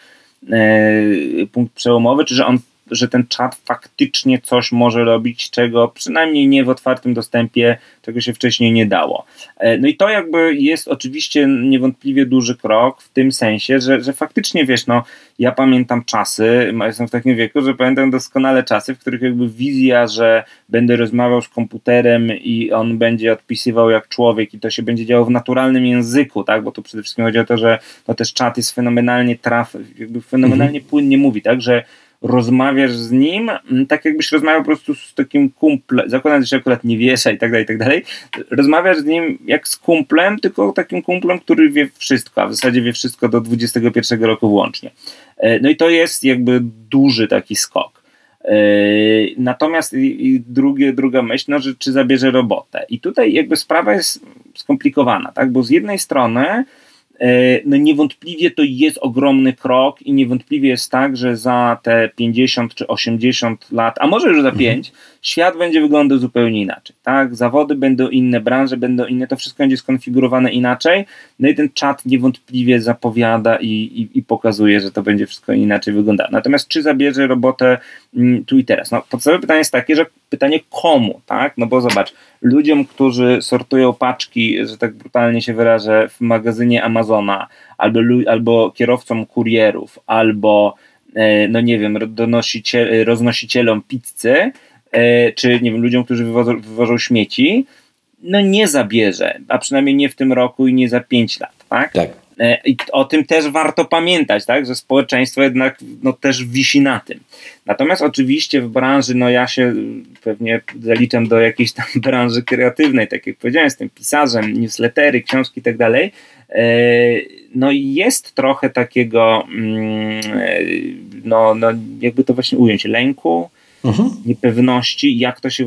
przełomowy, czy że ten czat faktycznie coś może robić, czego przynajmniej nie w otwartym dostępie, czego się wcześniej nie dało. No i to jakby jest oczywiście niewątpliwie duży krok w tym sensie, że faktycznie wiesz, no ja pamiętam czasy, jestem w takim wieku, że pamiętam doskonale czasy, w których jakby wizja, że będę rozmawiał z komputerem i on będzie odpisywał jak człowiek i to się będzie działo w naturalnym języku, tak, bo tu przede wszystkim chodzi o to, że no też czat jest fenomenalnie płynnie mówi, tak, że rozmawiasz z nim, tak jakbyś rozmawiał po prostu z takim kumplem, zakładając, że się akurat nie wiesza i tak dalej, rozmawiasz z nim jak z kumplem, tylko takim kumplem, który wie wszystko, a w zasadzie wie wszystko do 21 roku włącznie. No i to jest jakby duży taki skok. Natomiast druga myśl, no, że czy zabierze robotę. I tutaj jakby sprawa jest skomplikowana, tak? Bo z jednej strony no niewątpliwie to jest ogromny krok i niewątpliwie jest tak, że za te 50 czy 80 lat, a może już za 5, świat będzie wyglądał zupełnie inaczej. Tak? Zawody będą inne, branże będą inne, to wszystko będzie skonfigurowane inaczej. No i ten czat niewątpliwie zapowiada i pokazuje, że to będzie wszystko inaczej wyglądało. Natomiast czy zabierze robotę tu i teraz? No, podstawowe pytanie jest takie, że pytanie komu, tak? No bo zobacz, ludziom, którzy sortują paczki, że tak brutalnie się wyrażę, w magazynie Amazona, albo kierowcom kurierów, albo no nie wiem, roznosicielom pizzy, czy nie wiem, ludziom, którzy wywożą śmieci, no nie zabierze, a przynajmniej nie w tym roku i nie za 5 lat, tak? Tak. I o tym też warto pamiętać, tak, że społeczeństwo jednak no, też wisi na tym. Natomiast oczywiście w branży, no ja się pewnie zaliczam do jakiejś tam branży kreatywnej, tak jak powiedziałem, jestem pisarzem, newslettery, książki i tak dalej. No i jest trochę takiego, no jakby to właśnie ująć, lęku, niepewności, jak to się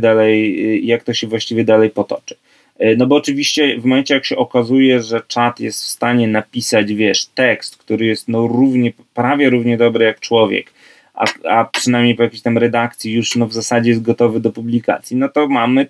właściwie dalej potoczy. No bo oczywiście w momencie, jak się okazuje, że czat jest w stanie napisać, wiesz, tekst, który jest no prawie równie dobry jak człowiek, a przynajmniej po jakiejś tam redakcji już no w zasadzie jest gotowy do publikacji, no to mamy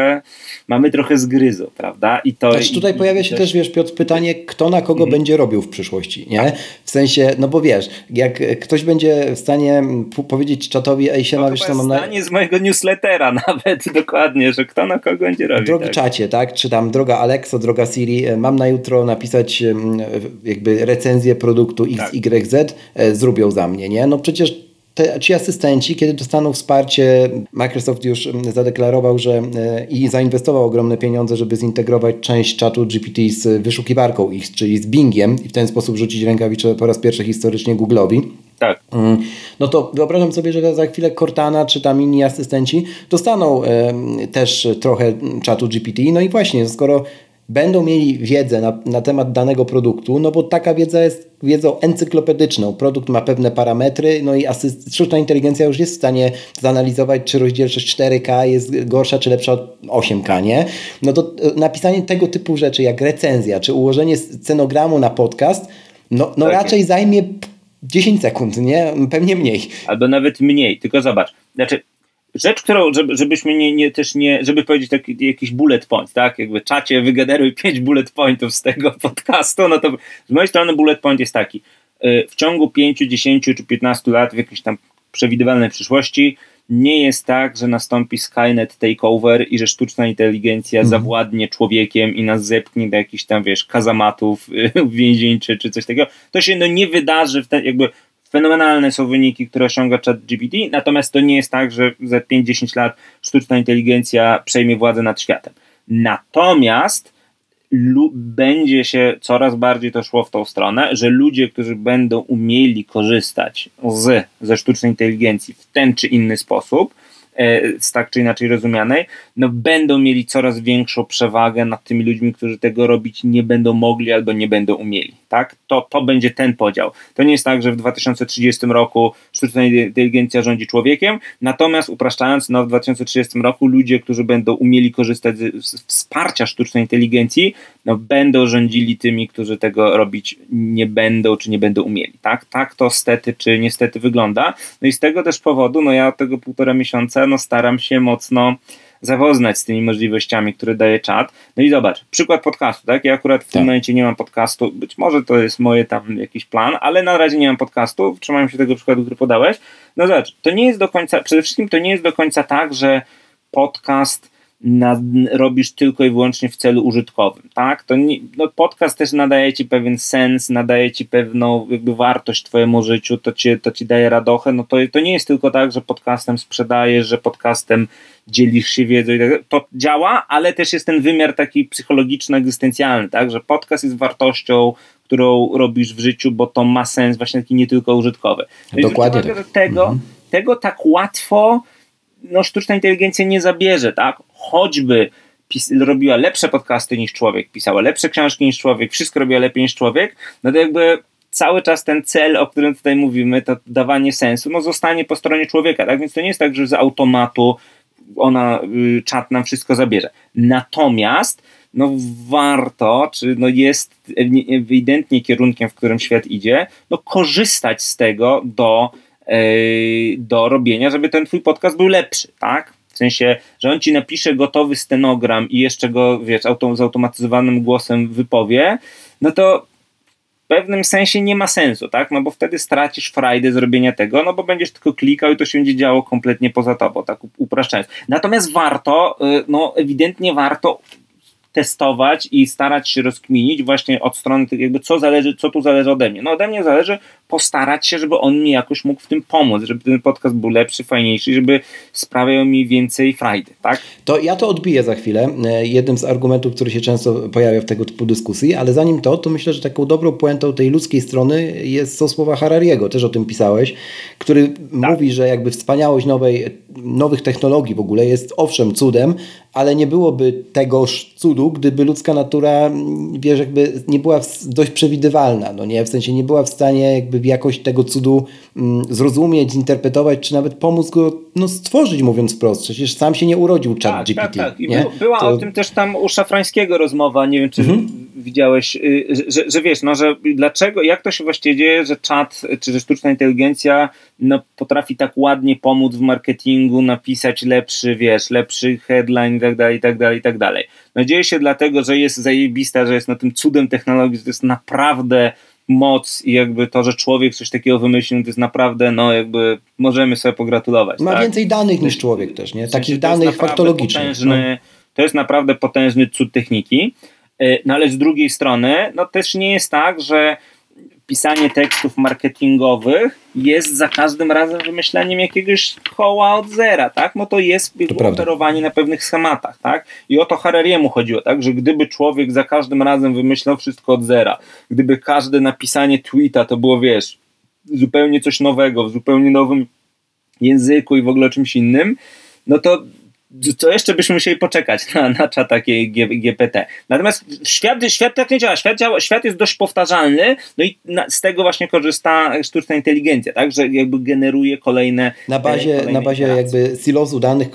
trochę zgryzu, prawda? I to znaczy tutaj pojawia się też, wiesz, Piotr, pytanie, kto na kogo będzie robił w przyszłości, nie? W sensie, no bo wiesz, jak ktoś będzie w stanie powiedzieć czatowi, ej, siema, wiesz co, mam zdanie z mojego newslettera nawet dokładnie, że kto na kogo będzie robił. Drogi czacie, tak? Czy tam droga Alexo, droga Siri, mam na jutro napisać jakby recenzję produktu XYZ, zrób ją za mnie, nie? No przecież ci asystenci, kiedy dostaną wsparcie, Microsoft już zadeklarował, że i zainwestował ogromne pieniądze, żeby zintegrować część czatu GPT z wyszukiwarką ich, czyli z Bingiem i w ten sposób rzucić rękawiczę po raz pierwszy historycznie Google'owi. Tak. No to wyobrażam sobie, że za chwilę Cortana czy tam inni asystenci dostaną też trochę czatu GPT. No i właśnie, skoro będą mieli wiedzę na temat danego produktu, no bo taka wiedza jest wiedzą encyklopedyczną. Produkt ma pewne parametry, no i sztuczna inteligencja już jest w stanie zanalizować, czy rozdzielczość 4K jest gorsza, czy lepsza od 8K, nie? No to napisanie tego typu rzeczy, jak recenzja, czy ułożenie scenogramu na podcast, no tak raczej zajmie 10 sekund, nie? Pewnie mniej. Albo nawet mniej, tylko zobacz, znaczy rzecz, którą, żebyśmy żeby powiedzieć taki jakiś bullet point, tak, jakby czacie wygeneruj 5 bullet pointów z tego podcastu, no to z mojej strony bullet point jest taki, w ciągu 5, 10 czy 15 lat w jakiejś tam przewidywalnej przyszłości nie jest tak, że nastąpi Skynet takeover i że sztuczna inteligencja zawładnie człowiekiem i nas zepchnie do jakichś tam, wiesz, kazamatów więzienczy czy coś takiego. To się nie wydarzy, jakby fenomenalne są wyniki, które osiąga ChatGPT, natomiast to nie jest tak, że za 5-10 lat sztuczna inteligencja przejmie władzę nad światem. Natomiast będzie się coraz bardziej to szło w tą stronę, że ludzie, którzy będą umieli korzystać ze sztucznej inteligencji w ten czy inny sposób, z tak czy inaczej rozumianej, no będą mieli coraz większą przewagę nad tymi ludźmi, którzy tego robić nie będą mogli albo nie będą umieli. Tak? To będzie ten podział. To nie jest tak, że w 2030 roku sztuczna inteligencja rządzi człowiekiem, natomiast upraszczając, no w 2030 roku ludzie, którzy będą umieli korzystać z wsparcia sztucznej inteligencji, no będą rządzili tymi, którzy tego robić nie będą, czy nie będą umieli. Tak to stety czy niestety wygląda. No i z tego też powodu, no ja od tego 1,5 miesiąca staram się mocno zapoznać z tymi możliwościami, które daje czat. No i zobacz, przykład podcastu, tak? Ja akurat w tym momencie nie mam podcastu, być może to jest moje tam jakiś plan, ale na razie nie mam podcastu, trzymam się tego przykładu, który podałeś. No zobacz, to nie jest do końca, przede wszystkim to nie jest do końca tak, że podcast robisz tylko i wyłącznie w celu użytkowym, tak? To nie, no podcast też nadaje ci pewien sens, nadaje ci pewną jakby wartość twojemu życiu, to ci daje radochę, no to nie jest tylko tak, że podcastem sprzedajesz, że podcastem dzielisz się wiedzą i tak dalej. To działa, ale też jest ten wymiar taki psychologiczno-egzystencjalny, tak? Że podcast jest wartością, którą robisz w życiu, bo to ma sens właśnie taki nie tylko użytkowy. Dokładnie tak. Tego tak łatwo sztuczna inteligencja nie zabierze, tak? Choćby robiła lepsze podcasty niż człowiek, pisała lepsze książki niż człowiek, wszystko robiła lepiej niż człowiek, no to jakby cały czas ten cel, o którym tutaj mówimy, to dawanie sensu, no zostanie po stronie człowieka, tak? Więc to nie jest tak, że z automatu czat nam wszystko zabierze. Natomiast no warto, czy no jest ewidentnie kierunkiem, w którym świat idzie, no korzystać z tego do robienia, żeby ten twój podcast był lepszy, tak? W sensie, że on ci napisze gotowy stenogram i jeszcze go, wiesz, zautomatyzowanym głosem wypowie, no to w pewnym sensie nie ma sensu, tak? No bo wtedy stracisz frajdę z robienia tego, no bo będziesz tylko klikał i to się będzie działo kompletnie poza tobą, tak upraszczając. Natomiast ewidentnie warto testować i starać się rozkminić właśnie od strony jakby co tu zależy ode mnie. No ode mnie zależy postarać się, żeby on mi jakoś mógł w tym pomóc, żeby ten podcast był lepszy, fajniejszy, żeby sprawiał mi więcej frajdy, tak? To ja to odbiję za chwilę. Jednym z argumentów, który się często pojawia w tego typu dyskusji, ale zanim to myślę, że taką dobrą puentą tej ludzkiej strony są słowa Harariego, też o tym pisałeś, który mówi, że jakby wspaniałość nowych technologii w ogóle jest owszem cudem, ale nie byłoby tegoż cudu, gdyby ludzka natura, wiesz, jakby nie była dość przewidywalna, no nie, w sensie nie była w stanie jakby jakoś tego cudu zrozumieć, zinterpretować, czy nawet pomóc go stworzyć, mówiąc wprost. Przecież sam się nie urodził ChatGPT. Tak. I była o tym też tam u Szafrańskiego rozmowa, nie wiem, czy widziałeś, że wiesz, że dlaczego, jak to się właściwie dzieje, że czat, czy że sztuczna inteligencja potrafi tak ładnie pomóc w marketingu, napisać lepszy headline i tak dalej. No dzieje się dlatego, że jest zajebista, że jest tym cudem technologii, że to jest naprawdę moc i jakby to, że człowiek coś takiego wymyślił, to jest naprawdę, jakby możemy sobie pogratulować. Ma więcej danych niż człowiek też, nie? Takich danych faktologicznych. To jest naprawdę potężny cud techniki, ale z drugiej strony, też nie jest tak, że pisanie tekstów marketingowych jest za każdym razem wymyślaniem jakiegoś koła od zera, tak? To jest operowanie na pewnych schematach, tak? I o to Harariemu chodziło, tak? Że gdyby człowiek za każdym razem wymyślał wszystko od zera, gdyby każde napisanie tweeta to było, wiesz, zupełnie coś nowego, w zupełnie nowym języku i w ogóle czymś innym, to co jeszcze byśmy musieli poczekać na czata GPT. Natomiast świat tak nie działa. Świat jest dość powtarzalny, i z tego właśnie korzysta sztuczna inteligencja, tak, że jakby generuje kolejne na bazie jakby silosu danych,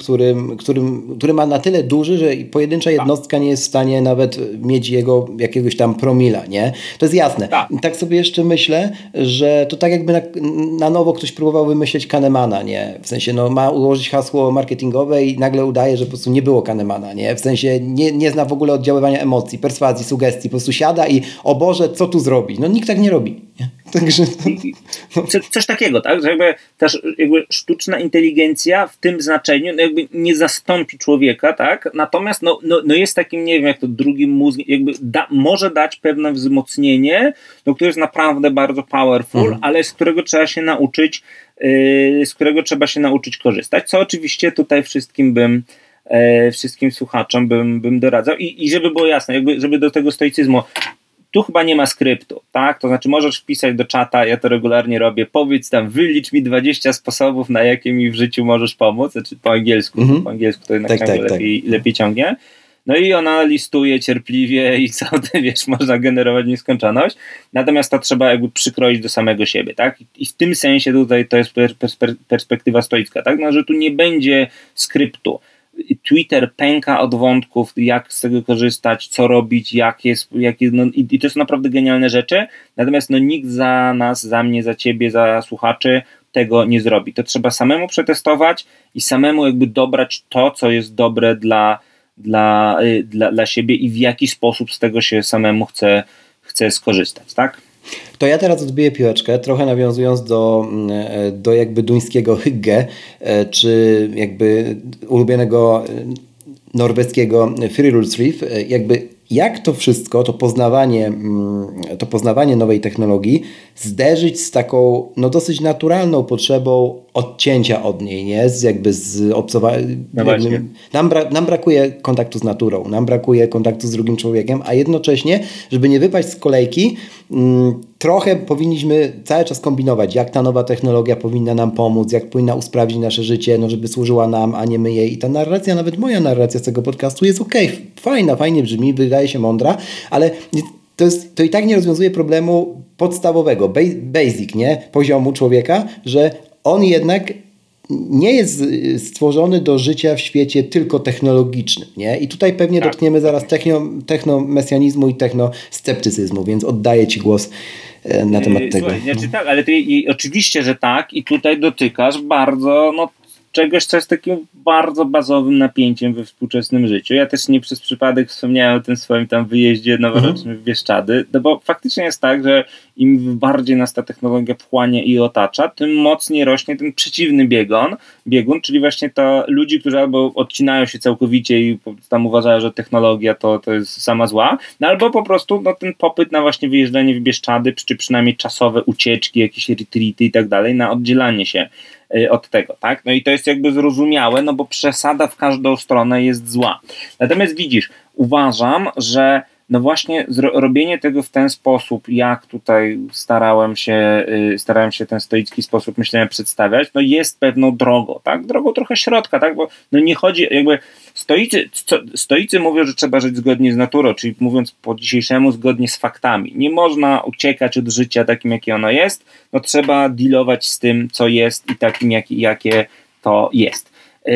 który ma na tyle duży, że pojedyncza jednostka nie jest w stanie nawet mieć jego jakiegoś tam promila, nie? To jest jasne. Tak sobie jeszcze myślę, że to tak jakby na nowo ktoś próbował wymyśleć Kahnemana, nie? W sensie ma ułożyć hasło marketingowe i nagle udaje, że po prostu nie było Kahnemana, nie? W sensie nie zna w ogóle oddziaływania emocji, perswazji, sugestii, po prostu siada i o Boże, co tu zrobi? Nikt tak nie robi. Nie? Także coś takiego, tak? Że jakby sztuczna inteligencja w tym znaczeniu jakby nie zastąpi człowieka, tak? Natomiast jest takim, nie wiem, jak to drugim mózgiem, jakby może dać pewne wzmocnienie, które jest naprawdę bardzo powerful, ale z którego trzeba się nauczyć korzystać, co oczywiście tutaj wszystkim słuchaczom bym doradzał i żeby było jasne, jakby, żeby do tego stoicyzmu, tu chyba nie ma skryptu, tak? To znaczy możesz wpisać do czata, ja to regularnie robię, powiedz tam, wylicz mi 20 sposobów, na jakie mi w życiu możesz pomóc, znaczy po angielsku to jednak lepiej ciągnie. I ona listuje cierpliwie i można generować nieskończoność. Natomiast to trzeba jakby przykroić do samego siebie, tak? I w tym sensie tutaj to jest perspektywa stoicka, tak? Że tu nie będzie skryptu. Twitter pęka od wątków, jak z tego korzystać, co robić, i to są naprawdę genialne rzeczy. Natomiast nikt za nas, za mnie, za ciebie, za słuchaczy tego nie zrobi. To trzeba samemu przetestować i samemu jakby dobrać to, co jest dobre dla siebie i w jaki sposób z tego się samemu chce skorzystać, tak? To ja teraz odbiję piłeczkę, trochę nawiązując do jakby duńskiego hygge, czy jakby ulubionego norweskiego Friluftsliv, jakby jak to wszystko, to poznawanie nowej technologii zderzyć z taką dosyć naturalną potrzebą odcięcia od niej, nie? Z obcowania. Nam brakuje kontaktu z naturą, nam brakuje kontaktu z drugim człowiekiem, a jednocześnie, żeby nie wypaść z kolejki, trochę powinniśmy cały czas kombinować, jak ta nowa technologia powinna nam pomóc, jak powinna usprawnić nasze życie, żeby służyła nam, a nie my jej. I ta narracja, nawet moja narracja z tego podcastu jest fajna, fajnie brzmi, wydaje się mądra, ale to i tak nie rozwiązuje problemu podstawowego, basic, nie? Poziomu człowieka, że on jednak nie jest stworzony do życia w świecie tylko technologicznym, nie? I tutaj pewnie dotkniemy zaraz technomesjanizmu i technosceptycyzmu, więc oddaję Ci głos na temat tego. Znaczy tak, ale oczywiście, że tak i tutaj dotykasz bardzo czegoś, co jest takim bardzo bazowym napięciem we współczesnym życiu. Ja też nie przez przypadek wspomniałem o tym swoim tam wyjeździe noworocznym w Bieszczady, bo faktycznie jest tak, że im bardziej nas ta technologia wchłania i otacza, tym mocniej rośnie ten przeciwny biegun, czyli właśnie to ludzi, którzy albo odcinają się całkowicie i tam uważają, że technologia to jest sama zła, albo po prostu ten popyt na właśnie wyjeżdżanie w Bieszczady, czy przynajmniej czasowe ucieczki, jakieś retreaty i tak dalej, na oddzielanie się od tego, tak? No i to jest jakby zrozumiałe, bo przesada w każdą stronę jest zła. Natomiast widzisz, uważam, że właśnie robienie tego w ten sposób, jak tutaj starałem się ten stoicki sposób myślenia przedstawiać, jest pewną drogą, tak? Drogą trochę środka, tak? Bo nie chodzi, jakby stoicy mówią, że trzeba żyć zgodnie z naturą, czyli mówiąc po dzisiejszemu zgodnie z faktami. Nie można uciekać od życia takim, jakie ono jest, trzeba dealować z tym, co jest i takim, jakie to jest.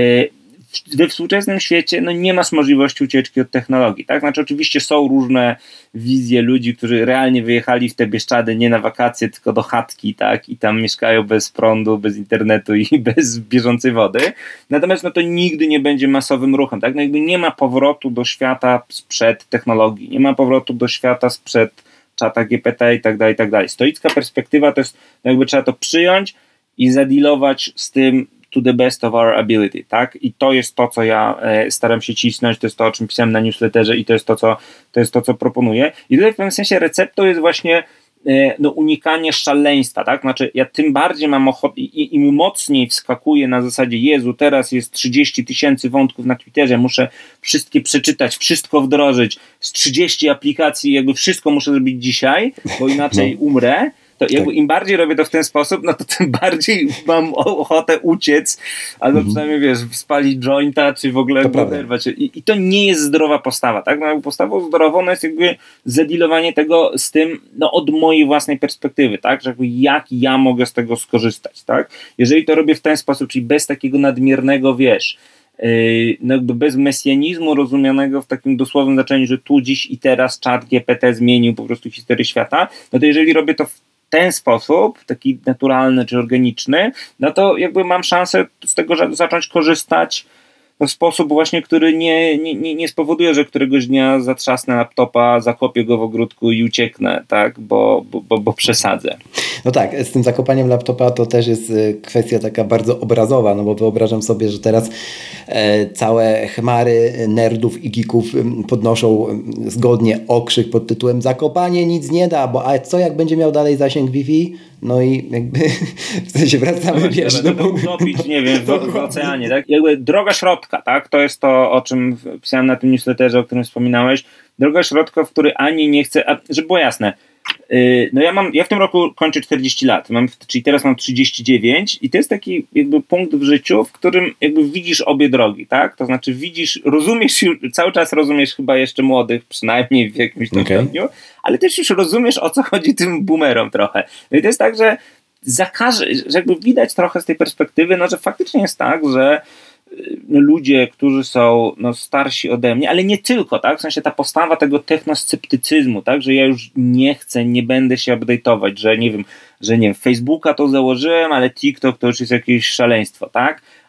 We współczesnym świecie nie masz możliwości ucieczki od technologii, tak? Znaczy oczywiście są różne wizje ludzi, którzy realnie wyjechali w te Bieszczady nie na wakacje, tylko do chatki, tak? I tam mieszkają bez prądu, bez internetu i bez bieżącej wody. Natomiast to nigdy nie będzie masowym ruchem, tak? Jakby nie ma powrotu do świata sprzed technologii, nie ma powrotu do świata sprzed czata GPT i tak dalej, i tak dalej. Stoicka perspektywa to jest, jakby trzeba to przyjąć i zadealować z tym to the best of our ability, tak? I to jest to, co ja staram się cisnąć, to jest to, o czym pisałem na newsletterze i to jest to, co proponuję. I tutaj w pewnym sensie receptą jest właśnie unikanie szaleństwa, tak? Znaczy ja tym bardziej mam ochotę, im mocniej wskakuję na zasadzie Jezu, teraz jest 30 000 wątków na Twitterze, muszę wszystkie przeczytać, wszystko wdrożyć, z 30 aplikacji, jakby wszystko muszę zrobić dzisiaj, bo inaczej umrę. To jakby im bardziej robię to w ten sposób, to tym bardziej mam ochotę uciec, albo przynajmniej spalić jointa, czy w ogóle oderwać. I to nie jest zdrowa postawa, tak? Postawą zdrową jest jakby zadealowanie tego z tym, od mojej własnej perspektywy, tak? Że jak ja mogę z tego skorzystać, tak? Jeżeli to robię w ten sposób, czyli bez takiego nadmiernego, jakby bez mesjanizmu rozumianego w takim dosłownym znaczeniu, że tu, dziś i teraz czat GPT zmienił po prostu historię świata, to jeżeli robię to w ten sposób, taki naturalny czy organiczny, to jakby mam szansę z tego zacząć korzystać w sposób właśnie, który nie spowoduje, że któregoś dnia zatrzasnę laptopa, zakopię go w ogródku i ucieknę, tak, bo przesadzę. No tak, z tym zakopaniem laptopa to też jest kwestia taka bardzo obrazowa, bo wyobrażam sobie, że teraz całe chmary nerdów i geeków podnoszą zgodnie okrzyk pod tytułem zakopanie nic nie da, a co jak będzie miał dalej zasięg Wi-Fi? No i jakby w sensie wracamy, utopić, nie wiem, w oceanie, tak? Jakby droga środka, tak? To jest to, o czym pisałem na tym newsletterze, o którym wspominałeś. Droga środka, w której ani nie chcę, żeby było jasne, ja w tym roku kończę 40 lat, czyli teraz mam 39 i to jest taki jakby punkt w życiu, w którym jakby widzisz obie drogi, tak? To znaczy cały czas rozumiesz chyba jeszcze młodych, przynajmniej w jakimś tam stopniu, ale też już rozumiesz, o co chodzi tym boomerom trochę. No i to jest tak, że że jakby widać trochę z tej perspektywy, że faktycznie jest tak, że ludzie, którzy są starsi ode mnie, ale nie tylko, tak? W sensie ta postawa tego technosceptycyzmu, tak? Że ja już nie będę się update'ować, że nie wiem, Facebooka to założyłem, ale TikTok to już jest jakieś szaleństwo, tak?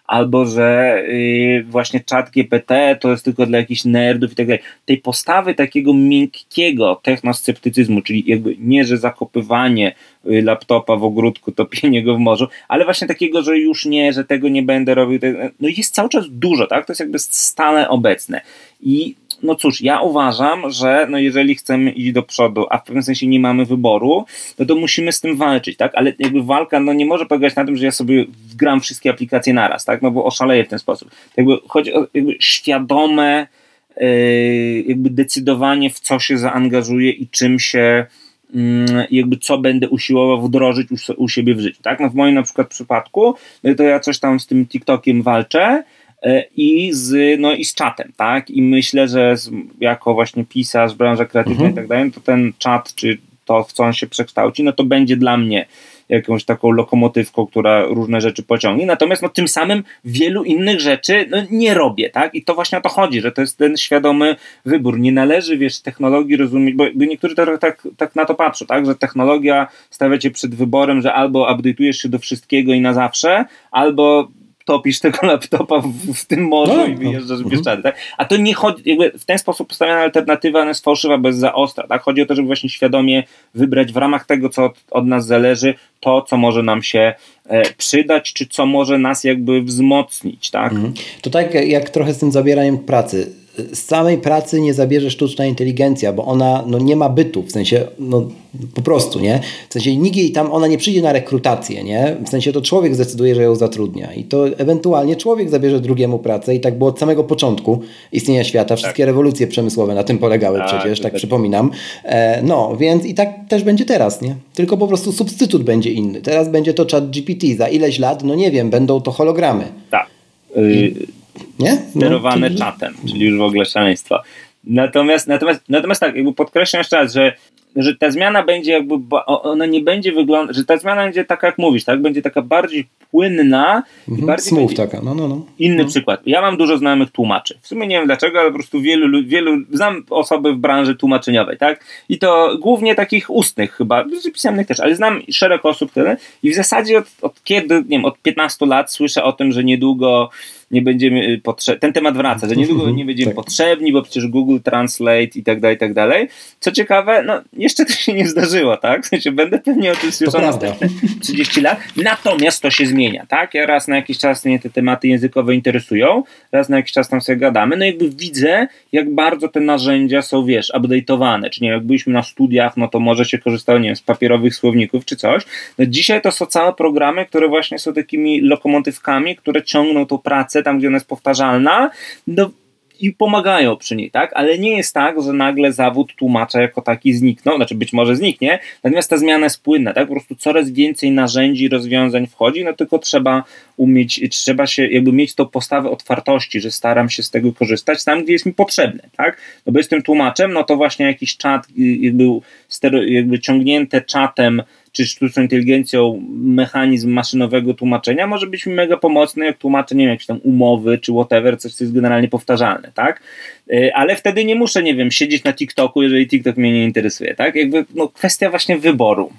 albo że właśnie czat GPT to jest tylko dla jakichś nerdów i tak dalej. Tej postawy takiego miękkiego technosceptycyzmu, czyli jakby nie, że zakopywanie laptopa w ogródku, topienie go w morzu, ale właśnie takiego, że już nie, że tego nie będę robił. No jest cały czas dużo, tak? To jest jakby stale obecne. I no cóż, ja uważam, że no jeżeli chcemy iść do przodu, a w pewnym sensie nie mamy wyboru, no to musimy z tym walczyć, tak? Ale jakby walka no nie może polegać na tym, że ja sobie wgram wszystkie aplikacje naraz, tak? No bo oszaleję w ten sposób. Jakby chodzi o jakby świadome jakby decydowanie, w co się zaangażuję i czym się jakby co będę usiłował wdrożyć u siebie w życiu, tak? No w moim na przykład przypadku, to ja coś tam z tym TikTokiem walczę, i z czatem, tak? I myślę, że jako właśnie pisarz, branża kreatywna i tak dalej, to ten czat, czy to, w co on się przekształci, no to będzie dla mnie jakąś taką lokomotywką, która różne rzeczy pociągnie, natomiast no tym samym wielu innych rzeczy no, nie robię, tak? I to właśnie o to chodzi, że to jest ten świadomy wybór. Nie należy, wiesz, technologii rozumieć, bo niektórzy tak na to patrzą, tak? Że technologia stawia cię przed wyborem, że albo update'ujesz się do wszystkiego i na zawsze, albo topisz tego laptopa w tym morzu i wyjeżdżasz w Bieszczady, tak? A to nie chodzi, jakby w ten sposób postawiona alternatywa, ona jest fałszywa, bez za ostra, tak? Chodzi o to, żeby właśnie świadomie wybrać w ramach tego, co od nas zależy, to, co może nam się przydać, czy co może nas jakby wzmocnić, tak? To tak jak trochę z tym zabieraniem pracy. Z samej pracy nie zabierze sztuczna inteligencja, bo ona no, nie ma bytu, w sensie no, po prostu, nie? W sensie nikt jej tam, ona nie przyjdzie na rekrutację, nie? W sensie to człowiek zdecyduje, że ją zatrudnia i to ewentualnie człowiek zabierze drugiemu pracę i tak było od samego początku istnienia świata. Wszystkie rewolucje przemysłowe na tym polegały przecież, tak przypominam. No, więc i tak też będzie teraz, nie? Tylko po prostu substytut będzie inny. Teraz będzie to ChatGPT, za ileś lat, no nie wiem, będą to hologramy. Tak. Nie? Sterowane czatem, czyli już w ogóle szaleństwo. Natomiast tak, jakby podkreślam jeszcze raz, że ta zmiana będzie jakby, ona nie będzie wyglądać, że ta zmiana będzie taka jak mówisz, tak? Będzie taka bardziej płynna i bardziej smooth taka, no. Inny przykład. Ja mam dużo znajomych tłumaczy. W sumie nie wiem dlaczego, ale po prostu wielu znam osoby w branży tłumaczeniowej, tak? I to głównie takich ustnych chyba, pisemnych też, ale znam szereg osób tyle i w zasadzie od kiedy, nie wiem, od 15 lat słyszę o tym, że niedługo nie będziemy ten temat wraca, że niedługo nie będziemy potrzebni, bo przecież Google Translate i tak dalej. Co ciekawe, no jeszcze to się nie zdarzyło, tak? W sensie będę pewnie o tym słyszał następne 30 lat, natomiast to się zmienia, tak? Ja raz na jakiś czas mnie te tematy językowe interesują, raz na jakiś czas tam sobie gadamy, no jakby widzę, jak bardzo te narzędzia są, wiesz, update'owane, czy nie, jak byliśmy na studiach, no to może się korzystało, nie wiem, z papierowych słowników czy coś. No dzisiaj to są całe programy, które właśnie są takimi lokomotywkami, które ciągną tą pracę tam, gdzie ona jest powtarzalna, no i pomagają przy niej, tak? Ale nie jest tak, że nagle zawód tłumacza jako taki zniknął, znaczy być może zniknie, natomiast ta zmiana jest płynna, tak? Po prostu coraz więcej narzędzi, rozwiązań wchodzi, no tylko trzeba się jakby mieć tą postawę otwartości, że staram się z tego korzystać tam, gdzie jest mi potrzebne, tak? No bo jestem tłumaczem, no to właśnie jakiś czat, jakby ciągnięte czatem czy sztuczną inteligencją mechanizm maszynowego tłumaczenia może być mi mega pomocny, jak tłumaczę, nie wiem, jakieś tam umowy, czy whatever, coś, co jest generalnie powtarzalne, tak? Ale wtedy nie muszę, nie wiem, siedzieć na TikToku, jeżeli TikTok mnie nie interesuje, tak? Jakby, no, kwestia właśnie wyboru.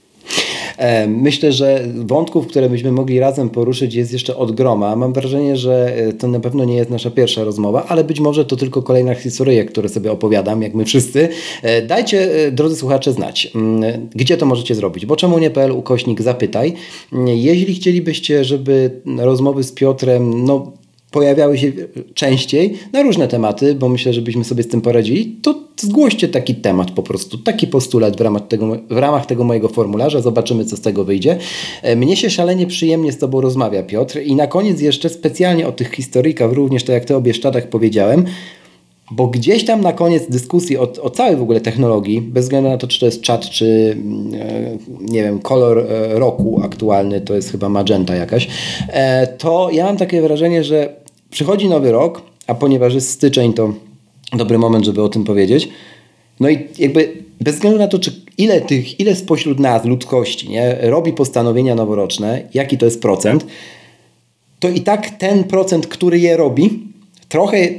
Myślę, że wątków, które byśmy mogli razem poruszyć, jest jeszcze od groma. Mam wrażenie, że to na pewno nie jest nasza pierwsza rozmowa, ale być może to tylko kolejna historyjek, które sobie opowiadam, jak my wszyscy. Dajcie, drodzy słuchacze, znać, gdzie to możecie zrobić, bo czemu nie.pl/zapytaj. Jeśli chcielibyście, żeby rozmowy z Piotrem, pojawiały się częściej na różne tematy, bo myślę, że byśmy sobie z tym poradzili, to zgłoście taki temat po prostu, taki postulat w ramach tego mojego formularza. Zobaczymy, co z tego wyjdzie. Mnie się szalenie przyjemnie z Tobą rozmawia, Piotr. I na koniec jeszcze specjalnie o tych historykach, również tak jak Ty o Bieszczadach powiedziałem, bo gdzieś tam na koniec dyskusji o całej w ogóle technologii, bez względu na to, czy to jest czat, czy nie wiem, kolor roku aktualny, to jest chyba magenta jakaś, to ja mam takie wrażenie, że przychodzi nowy rok, a ponieważ jest styczeń, to dobry moment, żeby o tym powiedzieć. No i jakby bez względu na to, ile spośród nas, ludzkości, nie, robi postanowienia noworoczne, jaki to jest procent, to i tak ten procent, który je robi, trochę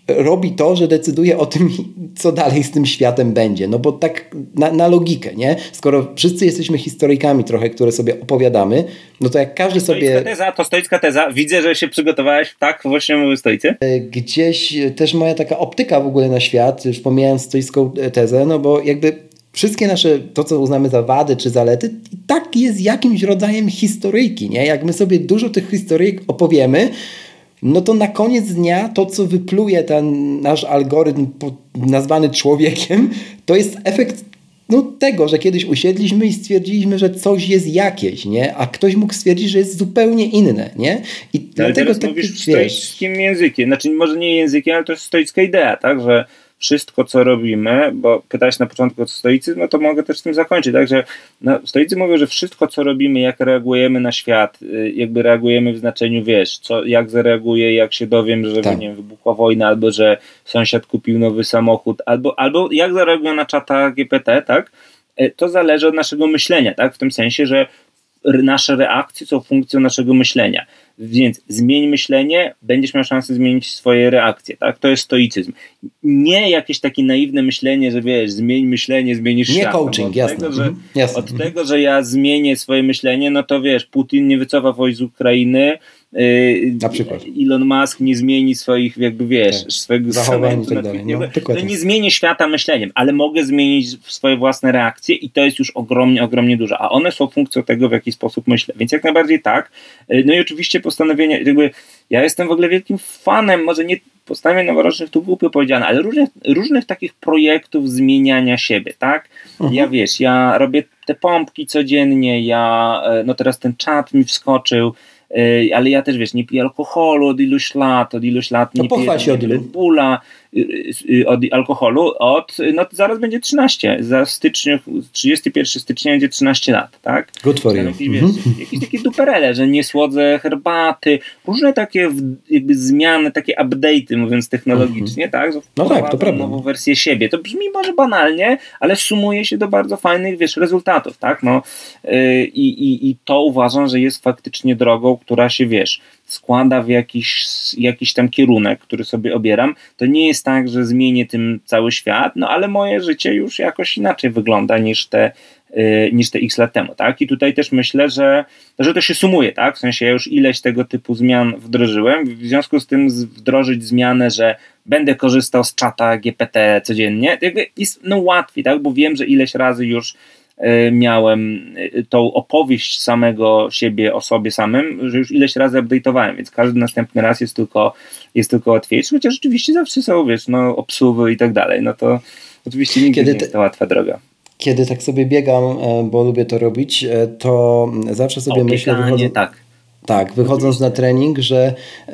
robi to, że decyduje o tym, co dalej z tym światem będzie. No bo tak na logikę, nie? Skoro wszyscy jesteśmy historykami trochę, które sobie opowiadamy, no to jak każdy sobie... To stoicka teza. Widzę, że się przygotowałeś. Tak, właśnie mówię stoicy. Gdzieś też moja taka optyka w ogóle na świat, już pomijając stoicką tezę, no bo jakby wszystkie nasze, to co uznamy za wady czy zalety, i tak jest jakimś rodzajem historyjki, nie? Jak my sobie dużo tych historyjek opowiemy, no to na koniec dnia to, co wypluje ten nasz algorytm nazwany człowiekiem, to jest efekt tego, że kiedyś usiedliśmy i stwierdziliśmy, że coś jest jakieś, nie? A ktoś mógł stwierdzić, że jest zupełnie inne, nie? I dlatego tak mówisz w stoickim językiem, znaczy może nie językiem, ale to jest stoicka idea, tak, że wszystko, co robimy, bo pytałeś na początku o stoicyzm, no to mogę też z tym zakończyć, także stoicy mówią, że wszystko, co robimy, jak reagujemy na świat, jakby reagujemy w znaczeniu, wiesz, jak zareaguję, jak się dowiem, że nie wiem, wybuchła wojna, albo że sąsiad kupił nowy samochód, albo jak zareaguję na czata GPT, tak, to zależy od naszego myślenia, tak, w tym sensie, że nasze reakcje są funkcją naszego myślenia. Więc zmień myślenie, będziesz miał szansę zmienić swoje reakcje, tak? To jest stoicyzm. Nie jakieś takie naiwne myślenie, że wiesz, zmień myślenie, zmienisz świat. Nie coaching, jasne. Od tego, że ja zmienię swoje myślenie, no to wiesz, Putin nie wycofa wojsk z Ukrainy, na przykład. Elon Musk nie zmieni swoich, jakby wiesz, swojego zachowań i tak dalej. Nie zmienię świata myśleniem, ale mogę zmienić swoje własne reakcje i to jest już ogromnie dużo, a one są funkcją tego, w jaki sposób myślę, więc jak najbardziej tak. No i oczywiście postanowienie, jakby ja jestem w ogóle wielkim fanem, może nie postanowień noworocznych, tu głupio powiedziane, ale różnych takich projektów zmieniania siebie, tak? Ja robię te pompki codziennie, no teraz ten czat mi wskoczył, ale ja też, wiesz, nie piję alkoholu od iluś lat nie piję Red Bulla, od alkoholu, no to zaraz będzie 13, za 31 stycznia będzie 13 lat, tak? Good for you. Jakieś takie duperele, że nie słodzę herbaty, różne takie jakby zmiany, takie update'y, mówiąc technologicznie, tak? No tak, to prawda. Nową wersję siebie. To brzmi może banalnie, ale sumuje się do bardzo fajnych, wiesz, rezultatów, tak? No, i to uważam, że jest faktycznie drogą, która się, wiesz, składa w jakiś tam kierunek, który sobie obieram. To nie jest tak, że zmienię tym cały świat, no ale moje życie już jakoś inaczej wygląda niż te x lat temu, tak? I tutaj też myślę, że to się sumuje, tak? W sensie ja już ileś tego typu zmian wdrożyłem, w związku z tym wdrożyć zmianę, że będę korzystał z czata GPT codziennie, jakby jest łatwiej, tak? Bo wiem, że ileś razy już miałem tą opowieść samego siebie o sobie samym, że już ileś razy update'owałem, więc każdy następny raz jest tylko łatwiejszy, chociaż rzeczywiście zawsze są, wiesz, obsuwy i tak dalej, no to oczywiście nigdy nie jest to łatwa droga. Kiedy tak sobie biegam, bo lubię to robić, to zawsze sobie myślę, wychodząc na trening, że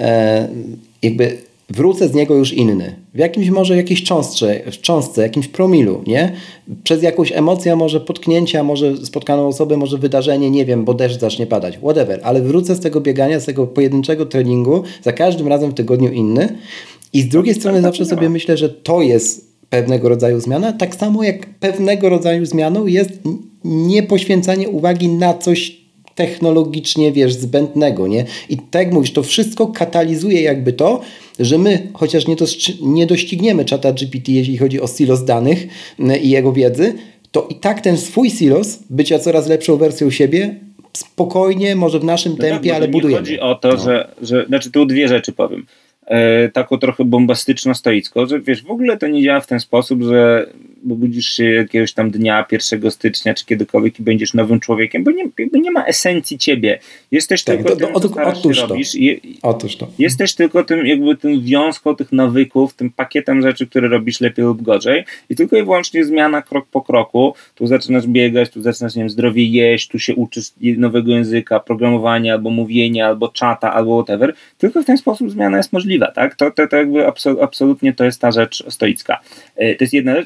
jakby wrócę z niego już inny. W jakimś może jakiejś cząstce, jakimś promilu, nie? Przez jakąś emocję, może potknięcia, może spotkaną osobę, może wydarzenie, nie wiem, bo deszcz zacznie padać, whatever, ale wrócę z tego biegania, z tego pojedynczego treningu, za każdym razem w tygodniu inny i z drugiej strony zawsze sobie myślę, że to jest pewnego rodzaju zmiana, tak samo jak pewnego rodzaju zmianą jest niepoświęcanie uwagi na coś technologicznie, wiesz, zbędnego, nie? I tak jak mówisz, to wszystko katalizuje jakby to, że my, chociaż nie dościgniemy czata GPT, jeśli chodzi o silos danych i jego wiedzy, to i tak ten swój silos, bycia coraz lepszą wersją siebie, spokojnie, może w naszym tempie, ale budujemy. Chodzi o to, że znaczy tu dwie rzeczy powiem. Taką trochę bombastyczno-stoicką, że wiesz, w ogóle to nie działa w ten sposób, że budzisz się jakiegoś tam dnia 1 stycznia czy kiedykolwiek i będziesz nowym człowiekiem, bo nie ma esencji ciebie. Jesteś tylko tym, co robisz. Otóż to. Jesteś tylko tym wiązką tych nawyków, tym pakietem rzeczy, które robisz lepiej lub gorzej i tylko i wyłącznie zmiana krok po kroku. Tu zaczynasz biegać, tu zaczynasz, nie wiem, zdrowie jeść, tu się uczysz nowego języka, programowania, albo mówienia, albo czata, albo whatever. Tylko w ten sposób zmiana jest możliwa, tak? To jakby absolutnie to jest ta rzecz stoicka. To jest jedna rzecz, a druga,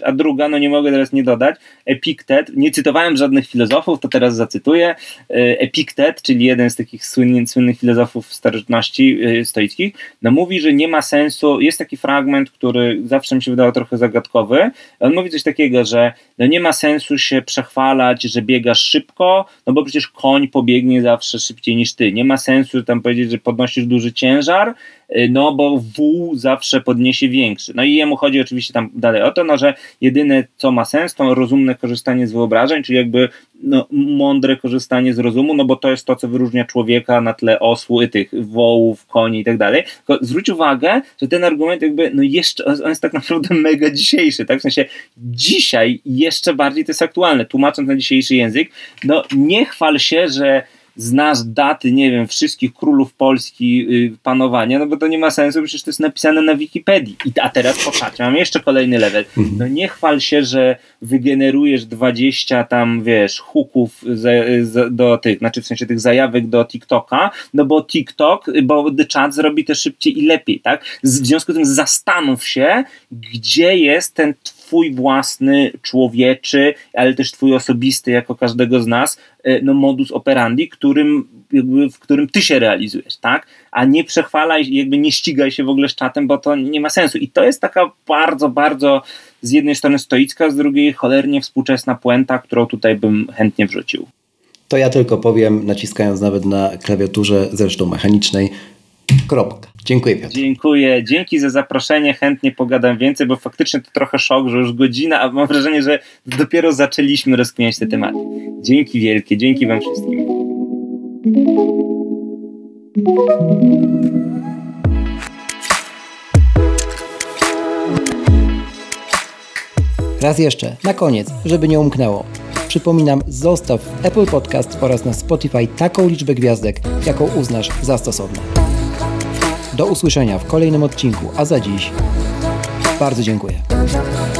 no nie mogę teraz nie dodać, Epiktet, nie cytowałem żadnych filozofów, to teraz zacytuję, Epiktet, czyli jeden z takich słynnych filozofów starożytności stoickich, no mówi, że nie ma sensu, jest taki fragment, który zawsze mi się wydawał trochę zagadkowy, on mówi coś takiego, że no nie ma sensu się przechwalać, że biegasz szybko, no bo przecież koń pobiegnie zawsze szybciej niż ty, nie ma sensu tam powiedzieć, że podnosisz duży ciężar, no bo wół zawsze podniesie większy. No i jemu chodzi oczywiście tam dalej o to, no że jedyne co ma sens to rozumne korzystanie z wyobrażeń, czyli jakby no, mądre korzystanie z rozumu, no bo to jest to, co wyróżnia człowieka na tle osłu, tych wołów, koni i tak dalej. Tylko zwróć uwagę, że ten argument jakby, no jeszcze, on jest tak naprawdę mega dzisiejszy, tak? W sensie dzisiaj jeszcze bardziej to jest aktualne, tłumacząc na dzisiejszy język, no nie chwal się, że znasz daty, nie wiem, wszystkich królów Polski panowania, no bo to nie ma sensu, przecież to jest napisane na Wikipedii. A teraz popatrz, mam jeszcze kolejny level. No nie chwal się, że wygenerujesz 20 tam, wiesz, hooków do tych, znaczy w sensie tych zajawek do TikToka, no bo bo czat zrobi to szybciej i lepiej, tak? W związku z tym zastanów się, gdzie jest ten twój własny człowieczy, ale też twój osobisty, jako każdego z nas, no modus operandi, w którym ty się realizujesz, tak? A nie przechwalaj, jakby nie ścigaj się w ogóle z czatem, bo to nie ma sensu. I to jest taka bardzo, bardzo z jednej strony stoicka, z drugiej cholernie współczesna puenta, którą tutaj bym chętnie wrzucił. To ja tylko powiem, naciskając nawet na klawiaturze, zresztą mechanicznej, kropka. Dziękuję, Piotr. Dziękuję. Dzięki za zaproszenie. Chętnie pogadam więcej, bo faktycznie to trochę szok, że już godzina, a mam wrażenie, że dopiero zaczęliśmy rozkminiać te tematy. Dzięki wielkie. Dzięki wam wszystkim. Raz jeszcze, na koniec, żeby nie umknęło. Przypominam, zostaw w Apple Podcast oraz na Spotify taką liczbę gwiazdek, jaką uznasz za stosowną. Do usłyszenia w kolejnym odcinku, a za dziś bardzo dziękuję.